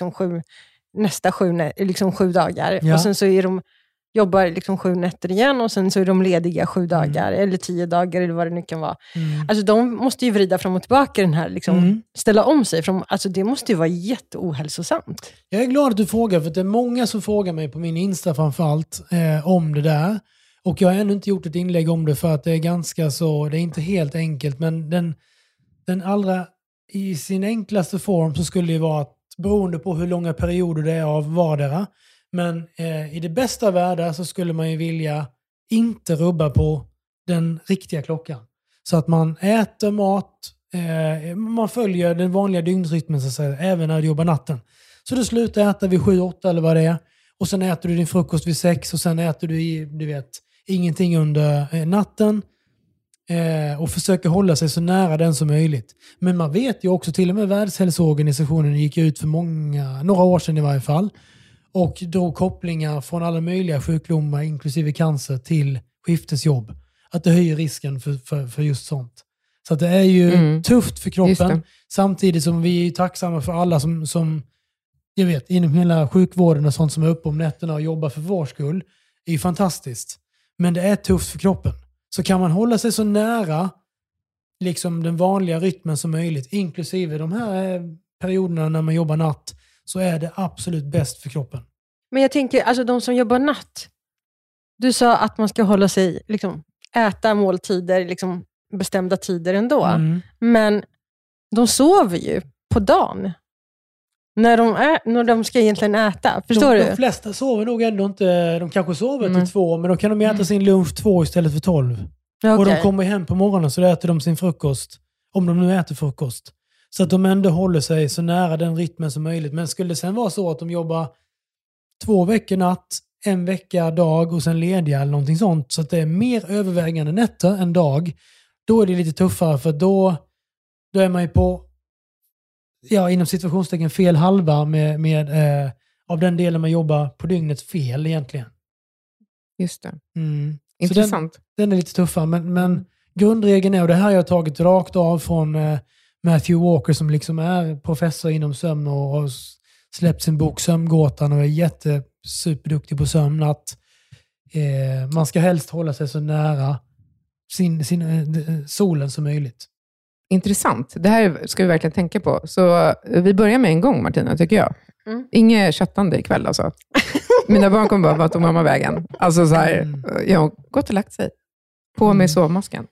nästa 7 dagar. Ja. Och sen så jobbar 7 nätter igen och sen så är de lediga 7 dagar eller 10 dagar eller vad det nu kan vara. Alltså de måste ju vrida fram och tillbaka den här, ställa om sig. Alltså det måste ju vara jätteohälsosamt. Jag är glad att du frågar, för det är många som frågar mig på min Insta framförallt om det där. Och jag har ännu inte gjort ett inlägg om det för att det är ganska så, det är inte helt enkelt, men den allra, i sin enklaste form så skulle det vara att beroende på hur långa perioder det är av vardera. Men i det bästa världen så skulle man ju vilja inte rubba på den riktiga klockan. Så att man äter mat, man följer den vanliga dygnsrytmen så att säga, även när du jobbar natten. Så du slutar äta vid 7-8 eller vad det är. Och sen äter du din frukost vid 6 och sen äter du ingenting under natten. Och försöker hålla sig så nära den som möjligt. Men man vet ju också, till och med Världshälsoorganisationen gick ut för några år sedan i varje fall, och drog kopplingar från alla möjliga sjukdomar, inklusive cancer, till skiftesjobb. Att det höjer risken för just sånt. Så att det är ju tufft för kroppen. Samtidigt som vi är tacksamma för alla som jag vet, inom hela sjukvården och sånt som är uppe om nätterna och jobbar för vår skull. Det är ju fantastiskt. Men det är tufft för kroppen. Så kan man hålla sig så nära den vanliga rytmen som möjligt, inklusive de här perioderna när man jobbar natt, så är det absolut bäst för kroppen. Men jag tänker, alltså de som jobbar natt, du sa att man ska hålla sig, äta måltider, bestämda tider ändå. Men de sover ju på dagen. När de ska egentligen äta. Förstår du? De flesta sover nog ändå inte. De kanske sover till 2, men då kan de äta sin lunch 2 istället för 12. Okay. Och de kommer hem på morgonen så äter de sin frukost. Om de nu äter frukost. Så att de ändå håller sig så nära den rytmen som möjligt. Men skulle det sen vara så att de jobbar 2 veckor natt, 1 vecka dag och sen lediga eller någonting sånt, så att det är mer övervägande nätter än dag, då är det lite tuffare, för då är man ju på inom situationstecken fel halva med av den delen man jobbar på dygnet fel egentligen. Just det. Intressant. Den är lite tuffare, men grundregeln är, och det här har jag tagit rakt av från Matthew Walker som är professor inom sömn och har släppt sin bok Sömngåtan och är superduktig på sömn, att man ska helst hålla sig så nära sin solen som möjligt. Intressant. Det här ska vi verkligen tänka på. Så vi börjar med en gång, Martina, tycker jag. Inget chattande ikväll alltså. Mina barn kommer bara, vad tog mamma vägen? Alltså så här, jag har gått och lagt sig. På med sovmasken.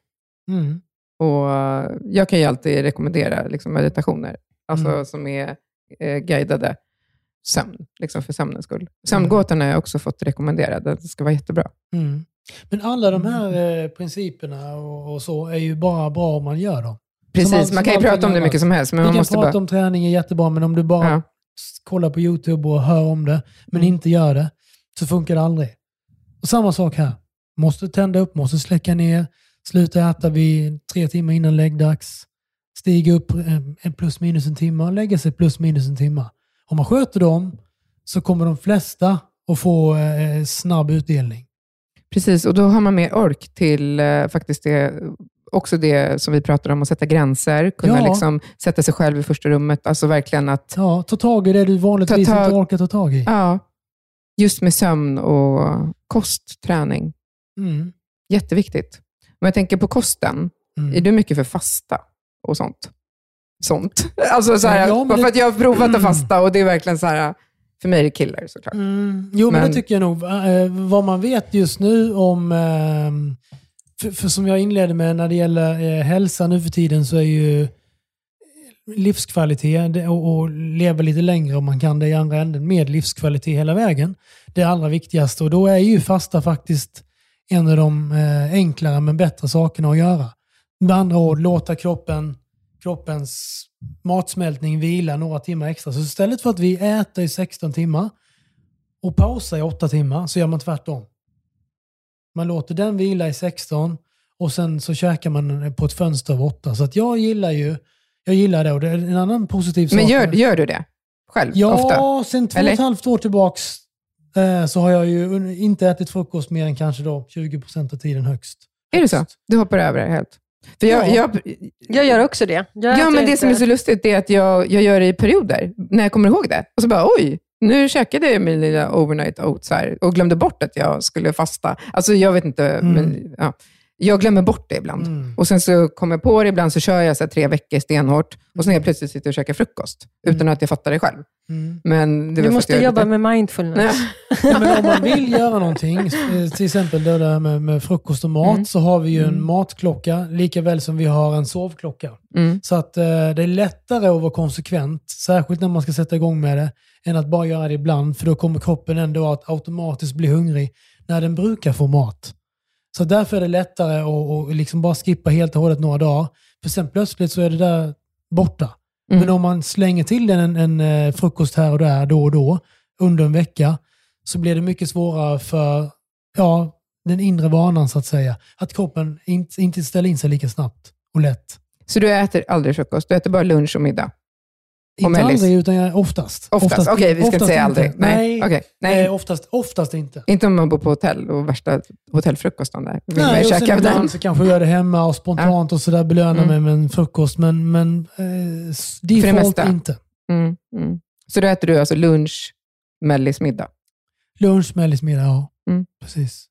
Och jag kan ju alltid rekommendera meditationer. Alltså som är guidade sömn. För sömnens skull. Sömngåtan har jag också fått rekommendera. Det ska vara jättebra. Men alla de här principerna och så är ju bara bra om man gör dem. Precis, man kan ju prata om det mycket som helst. Men man måste prata om träning är jättebra, men om du bara kollar på YouTube och hör om det, men inte gör det, så funkar det aldrig. Och samma sak här. Måste tända upp, måste släcka ner, sluta äta vid 3 timmar innan läggdags, stiga upp plus minus en timme och lägga sig plus minus en timme. Om man sköter dem så kommer de flesta att få snabb utdelning. Precis, och då har man mer ork till faktiskt också det som vi pratar om, att sätta gränser, kunna sätta sig själv i första rummet, alltså verkligen att ta tag i det du vanligtvis inte orkar ta tag i. Ja, just med sömn och kostträning. Jätteviktigt. Men jag tänker på kosten, är du mycket för fasta och sånt? sånt. Alltså så här, bara för att jag har provat att fasta och det är verkligen så här, för mig är det killer såklart. Jo, men det tycker jag nog. Vad man vet just nu om, för som jag inledde med när det gäller hälsa nu för tiden, så är ju livskvalitet och leva lite längre om man kan det i andra änden med livskvalitet hela vägen. Det är allra viktigaste, och då är ju fasta faktiskt en av de enklare men bättre sakerna att göra. Med andra ord, låta kroppens matsmältning vila några timmar extra. Så istället för att vi äter i 16 timmar och pausar i 8 timmar, så gör man tvärtom. Man låter den vila i 16 och sen så käkar man på ett fönster av 8. Så att jag gillar det, och det är en annan positiv sak. Men gör du det själv? Ja, ofta? Sen 2,5 år tillbaks så har jag ju inte ätit frukost mer än kanske då 20% av tiden högst. Är det så? Du hoppar över det helt? För jag gör också det. Men det som är så lustigt är att jag gör det i perioder, när jag kommer ihåg det. Och så bara, oj, nu käkade jag min lilla overnight oats här och glömde bort att jag skulle fasta. Alltså jag vet inte, men ja. Jag glömmer bort det ibland. Och sen så kommer jag på det, ibland så kör jag så här 3 veckor stenhårt. Och sen jag plötsligt sitter och käkar frukost. Utan att jag fattar det själv. Men det du måste jobba med mindfulness. Men om man vill göra någonting, till exempel det där med frukost och mat, så har vi ju en matklocka, lika väl som vi har en sovklocka. Så att det är lättare att vara konsekvent, särskilt när man ska sätta igång med det, än att bara göra det ibland. För då kommer kroppen ändå att automatiskt bli hungrig när den brukar få mat. Så därför är det lättare att liksom bara skippa helt och hållet några dagar. För sen plötsligt så är det där borta. Men om man slänger till den en frukost här och där då och då under en vecka, så blir det mycket svårare för den inre vanan så att säga. Att kroppen inte ställer in sig lika snabbt och lätt. Så du äter aldrig frukost? Du äter bara lunch och middag? Inte aldrig, utan oftast. Okej, vi ska inte säga aldrig. Nej. Oftast inte. Inte om man bor på hotell och värsta hotellfrukosten där. Nej, och sen ibland så kanske göra det hemma och spontant och sådär belöna mig med en frukost. Men default inte. Så då äter du alltså lunch, mellis, middag? Lunch, mellis, middag, ja. Precis.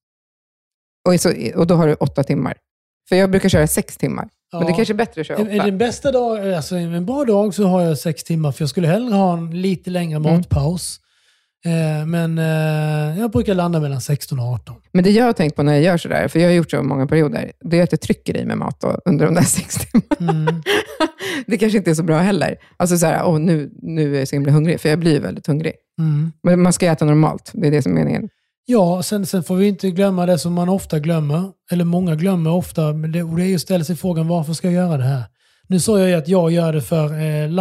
Och då har du 8 timmar. För jag brukar köra 6 timmar. Men det kanske är bättre att köra 8. Den bästa dag, alltså en bra dag, så har jag 6 timmar. För jag skulle hellre ha en lite längre matpaus. Men jag brukar landa mellan 16 och 18. Men det jag har tänkt på när jag gör sådär, för jag har gjort så många perioder, det är att jag trycker i med mat då, under de där 6 timmarna. Det kanske inte är så bra heller. Alltså såhär, nu är jag så himla hungrig, för jag blir väldigt hungrig. Men man ska äta normalt, det är det som är meningen. Ja, sen får vi inte glömma det som man ofta glömmer, eller många glömmer ofta, men det är ju att ställa sig frågan, varför ska jag göra det här? Nu sa jag ju att jag gör det för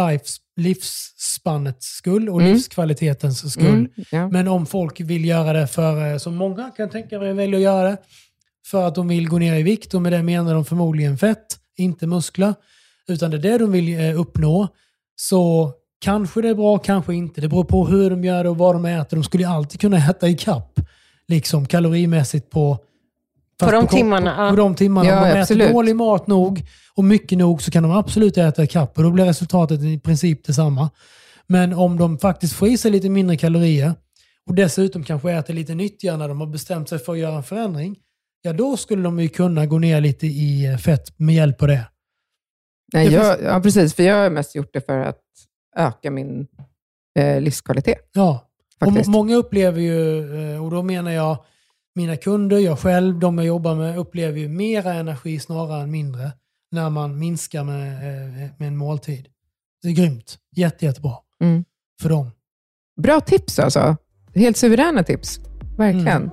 livsspannets skull och livskvalitetens skull. Men om folk vill göra det för, som många kan tänka mig välja att göra det, för att de vill gå ner i vikt, och med det menar de förmodligen fett, inte muskler, utan det är det de vill uppnå, så kanske det är bra, kanske inte. Det beror på hur de gör det och vad de äter. De skulle alltid kunna äta i kapp, liksom kalorimässigt på de timmarna. På de timmarna. Om de absolut. äter dålig mat nog och mycket nog, så kan de absolut äta i kapp, och då blir resultatet i princip detsamma. Men om de faktiskt får i sig lite mindre kalorier och dessutom kanske äter lite nyttigare när de har bestämt sig för att göra en förändring, ja, då skulle de ju kunna gå ner lite i fett med hjälp av det. Nej, ja, precis. För jag har mest gjort det för att öka min livskvalitet. Ja, och många upplever ju, och då menar jag mina kunder, jag själv, de jag jobbar med, upplever ju mera energi snarare än mindre när man minskar med en måltid. Det är grymt. Jättebra för dem. Bra tips alltså. Helt suveräna tips. Verkligen.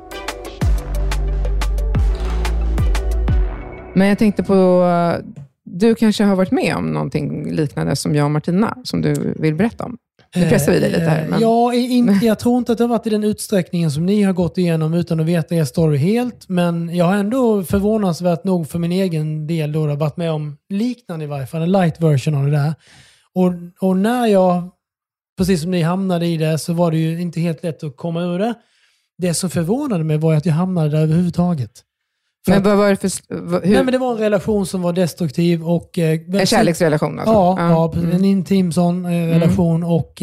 Men jag tänkte på, du kanske har varit med om någonting liknande som jag och Martina, som du vill berätta om. Nu pressar vi dig lite här. Men... Ja, jag tror inte att det har varit i den utsträckningen som ni har gått igenom utan att veta er story helt. Men jag har ändå förvånansvärt nog för min egen del då varit med om liknande i varje fall, en light version av det där. Och när jag, precis som ni hamnade i det, så var det ju inte helt lätt att komma ur det. Det som förvånade mig var att jag hamnade där överhuvudtaget. Men vad var det för... Nej, men det var en relation som var destruktiv och... en kärleksrelation alltså? Ja, en intim sån relation och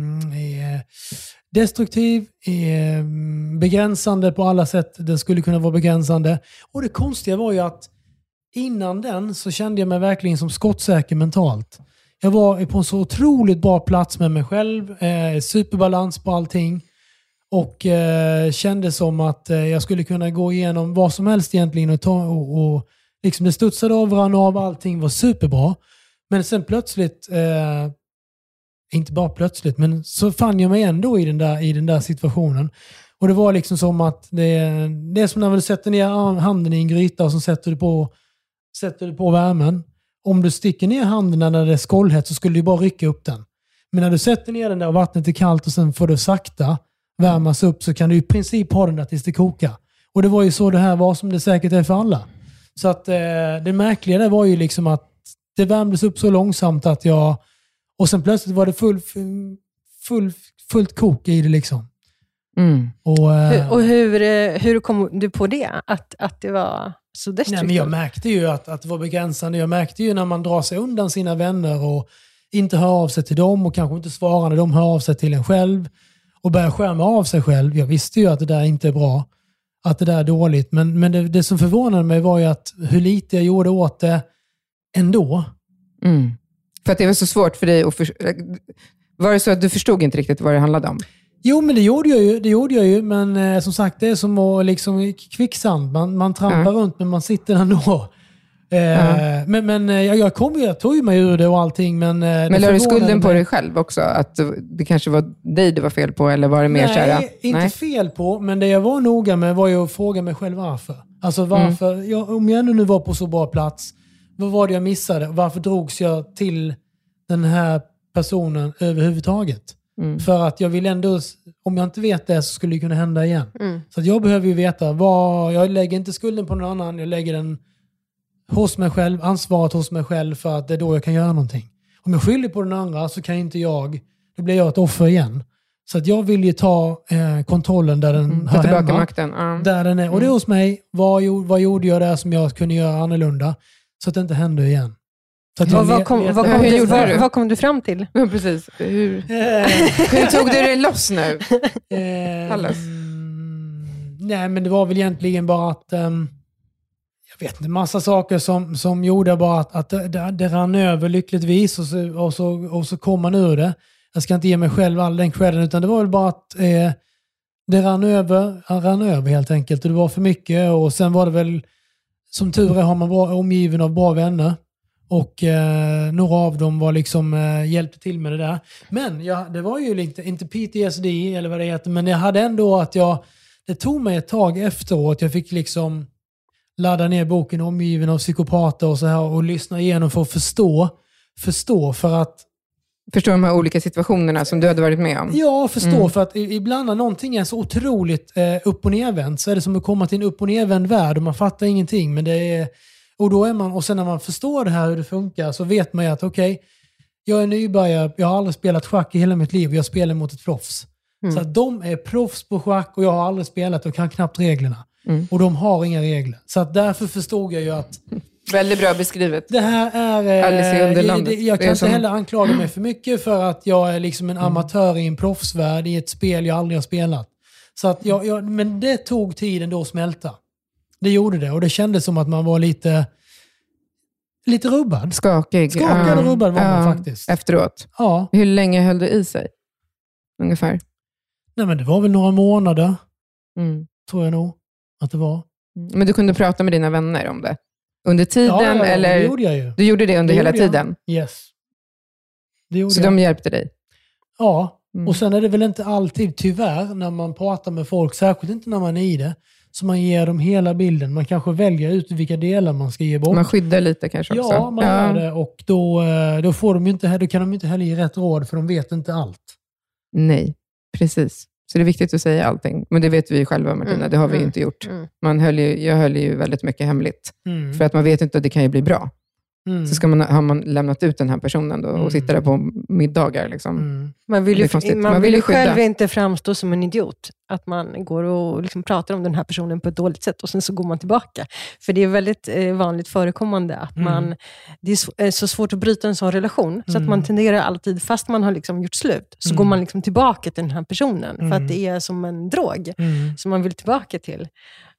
destruktiv, begränsande på alla sätt den skulle kunna vara begränsande. Och det konstiga var ju att innan den så kände jag mig verkligen som skottsäker mentalt. Jag var på en så otroligt bra plats med mig själv. Superbalans på allting. Och kände som att jag skulle kunna gå igenom vad som helst egentligen och liksom det studsade av allting var superbra. Men sen plötsligt, inte bara plötsligt, men så fann jag mig ändå i den där situationen. Och det var liksom som att det är som när du sätter ner handen i en gryta och så sätter du på värmen. Om du sticker ner handen när det är skållhett så skulle du bara rycka upp den. Men när du sätter ner den där och vattnet är kallt och sen får du sakta värmas upp så kan du i princip ha den där tills det kokar. Och det var ju så det här var som det säkert är för alla. Så att det märkliga där var ju liksom att det värmdes upp så långsamt att och sen plötsligt var det fullt kok i det liksom. Mm. Och hur kom du på det? Att det var så destruktivt? Nej, men jag märkte ju att det var begränsande. Jag märkte ju när man drar sig undan sina vänner och inte hör av sig till dem och kanske inte svarar när de hör av sig till en själv och börjar skärma av sig själv. Jag visste ju att det där inte är bra. Att det där är dåligt. Men det som förvånade mig var ju att hur lite jag gjorde åt det ändå. Mm. För att det var så svårt för dig att var det så att du förstod inte riktigt vad det handlade om? Jo, men det gjorde jag ju. Men som sagt, det är som att liksom kvicksand. Man trampar runt men man sitter ändå. Men jag tog ju mig ur det och allting. Men la du skulden på dig själv också? Att det kanske var dig det var fel på? Eller var det mer kära? Nej, inte fel på. Men det jag var noga med var ju att fråga mig själv varför. Alltså varför, om jag nu var på så bra plats, vad var det jag missade? Varför drogs jag till den här personen överhuvudtaget? Mm. För att jag vill ändå, om jag inte vet det så skulle det kunna hända igen. Mm. Så att jag behöver ju veta, jag lägger inte skulden på någon annan, jag lägger den hos mig själv, ansvaret hos mig själv för att det är då jag kan göra någonting. Om jag skyller på den andra så kan inte då blir jag ett offer igen. Så att jag vill ju ta kontrollen där den hör hemma. Makten. Där den är. Och det är hos mig. Vad gjorde jag där som jag kunde göra annorlunda? Så att det inte händer igen. Vad kom du fram till? Ja, precis. Hur tog du dig loss nu? Nej, men det var väl egentligen bara att jag vet inte, massa saker som gjorde bara att det rann över lyckligtvis och så kom man ur det. Jag ska inte ge mig själv all den credden, utan det var väl bara att det rann över helt enkelt och det var för mycket. Och sen var det väl, som tur är har man omgiven av bra vänner och några av dem var liksom hjälpte till med det där. Men det var ju inte PTSD eller vad det heter, men jag hade ändå det tog mig ett tag efteråt. Jag fick liksom ladda ner boken Omgiven av psykopater och så här och lyssna igenom för att förstå för att förstå de här olika situationerna som du hade varit med om. Ja, förstå för att ibland när någonting är så otroligt upp- och nervänt så är det som att komma till en upp- och nervänd värld och man fattar ingenting, men det är och sen när man förstår det här hur det funkar så vet man ju att okej, jag är nybörjare, jag har aldrig spelat schack i hela mitt liv, jag spelar mot ett proffs. Så att de är proffs på schack och jag har aldrig spelat och kan knappt reglerna. Och de har inga regler. Så att därför förstod jag ju att väldigt bra beskrivet. Det här är Alice i Underlandet. Jag kan inte heller anklaga mig för mycket för att jag är liksom en amatör i en proffsvärld i ett spel jag aldrig har spelat. Så att men det tog tiden då att smälta. Det gjorde det och det kändes som att man var lite rubbad. Skakig och rubbad var man faktiskt. Efteråt? Ja. Hur länge höll det i sig? Ungefär? Nej, men det var väl några månader. Tror jag nog att det var. Men du kunde prata med dina vänner om det? Under tiden? Ja, eller? Det gjorde jag ju. Du gjorde det under hela tiden? Yes. Så de hjälpte dig? Ja, och sen är det väl inte alltid, tyvärr, när man pratar med folk, särskilt inte när man är i det, så man ger dem hela bilden. Man kanske väljer ut vilka delar man ska ge bort. Man skyddar lite kanske också. Ja, man gör det. Och då får de inte, då kan de inte heller ge rätt råd, för de vet inte allt. Nej, precis. Så det är viktigt att säga allting. Men det vet vi själva, Martina. Det har vi inte gjort. Jag höll ju väldigt mycket hemligt. För att man vet inte att det kan ju bli bra. Så har man lämnat ut den här personen då och sitter där på middagar. Liksom. Man vill ju själv inte framstå som en idiot. Att man går och liksom pratar om den här personen på ett dåligt sätt och sen så går man tillbaka. För det är väldigt vanligt förekommande att det är så svårt att bryta en sån relation. Så att man tenderar alltid, fast man har liksom gjort slut, så går man liksom tillbaka till den här personen. För att det är som en drog som man vill tillbaka till.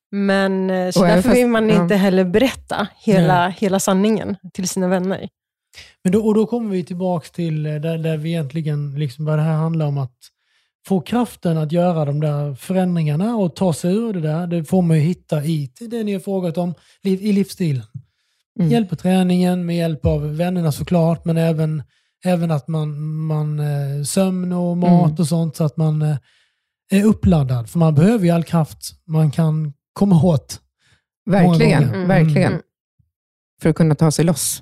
Men så därför vill man inte heller berätta hela sanningen till sina vänner. Men då kommer vi tillbaka till där vi egentligen, liksom, vad det här handlar om, att få kraften att göra de där förändringarna och ta sig ur det där. Det får man ju hitta i det ni har frågat om, i livsstilen. Hjälp på träningen, med hjälp av vännerna såklart, men även att man sömn och mat och sånt, så att man är uppladdad. För man behöver ju all kraft man kan komma åt. Verkligen, verkligen. För att kunna ta sig loss.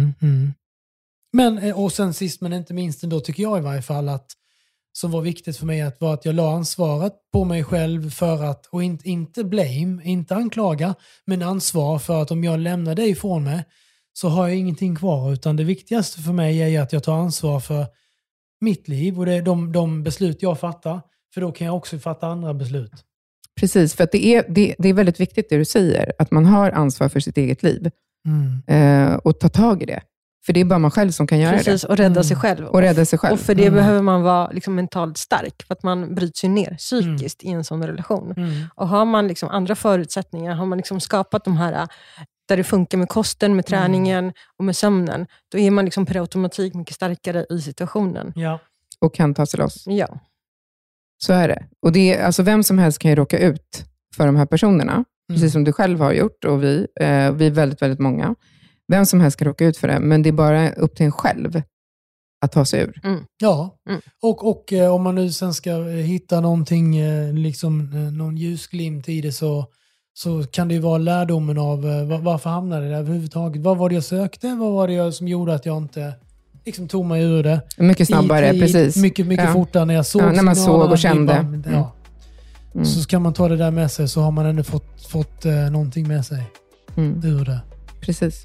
Men, och sen sist men inte minst då, tycker jag i varje fall, att som var viktigt för mig var att jag la ansvaret på mig själv för att, och inte blame, inte anklaga, men ansvar för att om jag lämnar det ifrån mig så har jag ingenting kvar, utan det viktigaste för mig är ju att jag tar ansvar för mitt liv och det är de beslut jag fattar, för då kan jag också fatta andra beslut. Precis, för att det är väldigt viktigt det du säger, att man har ansvar för sitt eget liv och ta tag i det. För det är bara man själv som kan göra det. Precis, och rädda sig själv. Och rädda sig själv. Och för det behöver man vara liksom mentalt stark, för att man bryts ju ner psykiskt i en sån relation. Och har man liksom andra förutsättningar, har man liksom skapat de här där det funkar med kosten, med träningen och med sömnen, då är man liksom per automatik mycket starkare i situationen. Ja. Och kan ta sig loss. Ja. Så är det. Och det är, alltså vem som helst kan ju råka ut för de här personerna. Precis som du själv har gjort och vi är väldigt, väldigt många. Vem som helst kan råka ut för det, men det är bara upp till en själv att ta sig ur. Ja, och om man nu sen ska hitta någonting, liksom någon ljusglimt i det, så kan det ju vara lärdomen av varför hamnade det där överhuvudtaget. Vad var det jag sökte? Vad var det som gjorde att jag inte liksom tog mig ur det? Mycket snabbare, precis. Mycket fortare när jag såg. När man såg och kände. Så kan man ta det där med sig, så har man ändå fått någonting med sig ur det. Precis.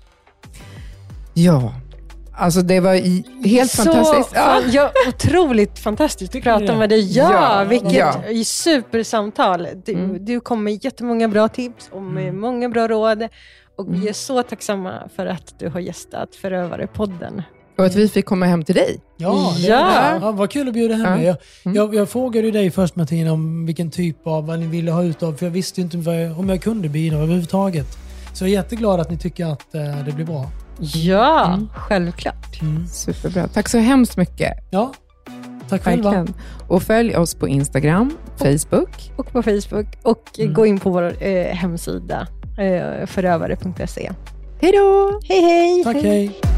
Ja, alltså det var helt fantastiskt. Ja, otroligt fantastiskt att prata med dig. Vilket supersamtal. Du kom med jättemånga bra tips och med många bra råd. Och vi är så tacksamma för att du har gästat Förövare-podden. Och att vi fick komma hem till dig. Ja, vad kul att bjuda hem mig. Jag frågade ju dig först, Martina, om vilken typ av, vad ni ville ha ut av, för jag visste ju inte om jag kunde bidra överhuvudtaget. Så jag är jätteglad att ni tycker att det blir bra. Ja, självklart. Superbra. Tack så hemskt mycket. Ja, tack själva. Och följ oss på Instagram, Facebook. Och på Facebook. Och gå in på vår hemsida förövare.se. Hej då! Hej hej! Tack, hej!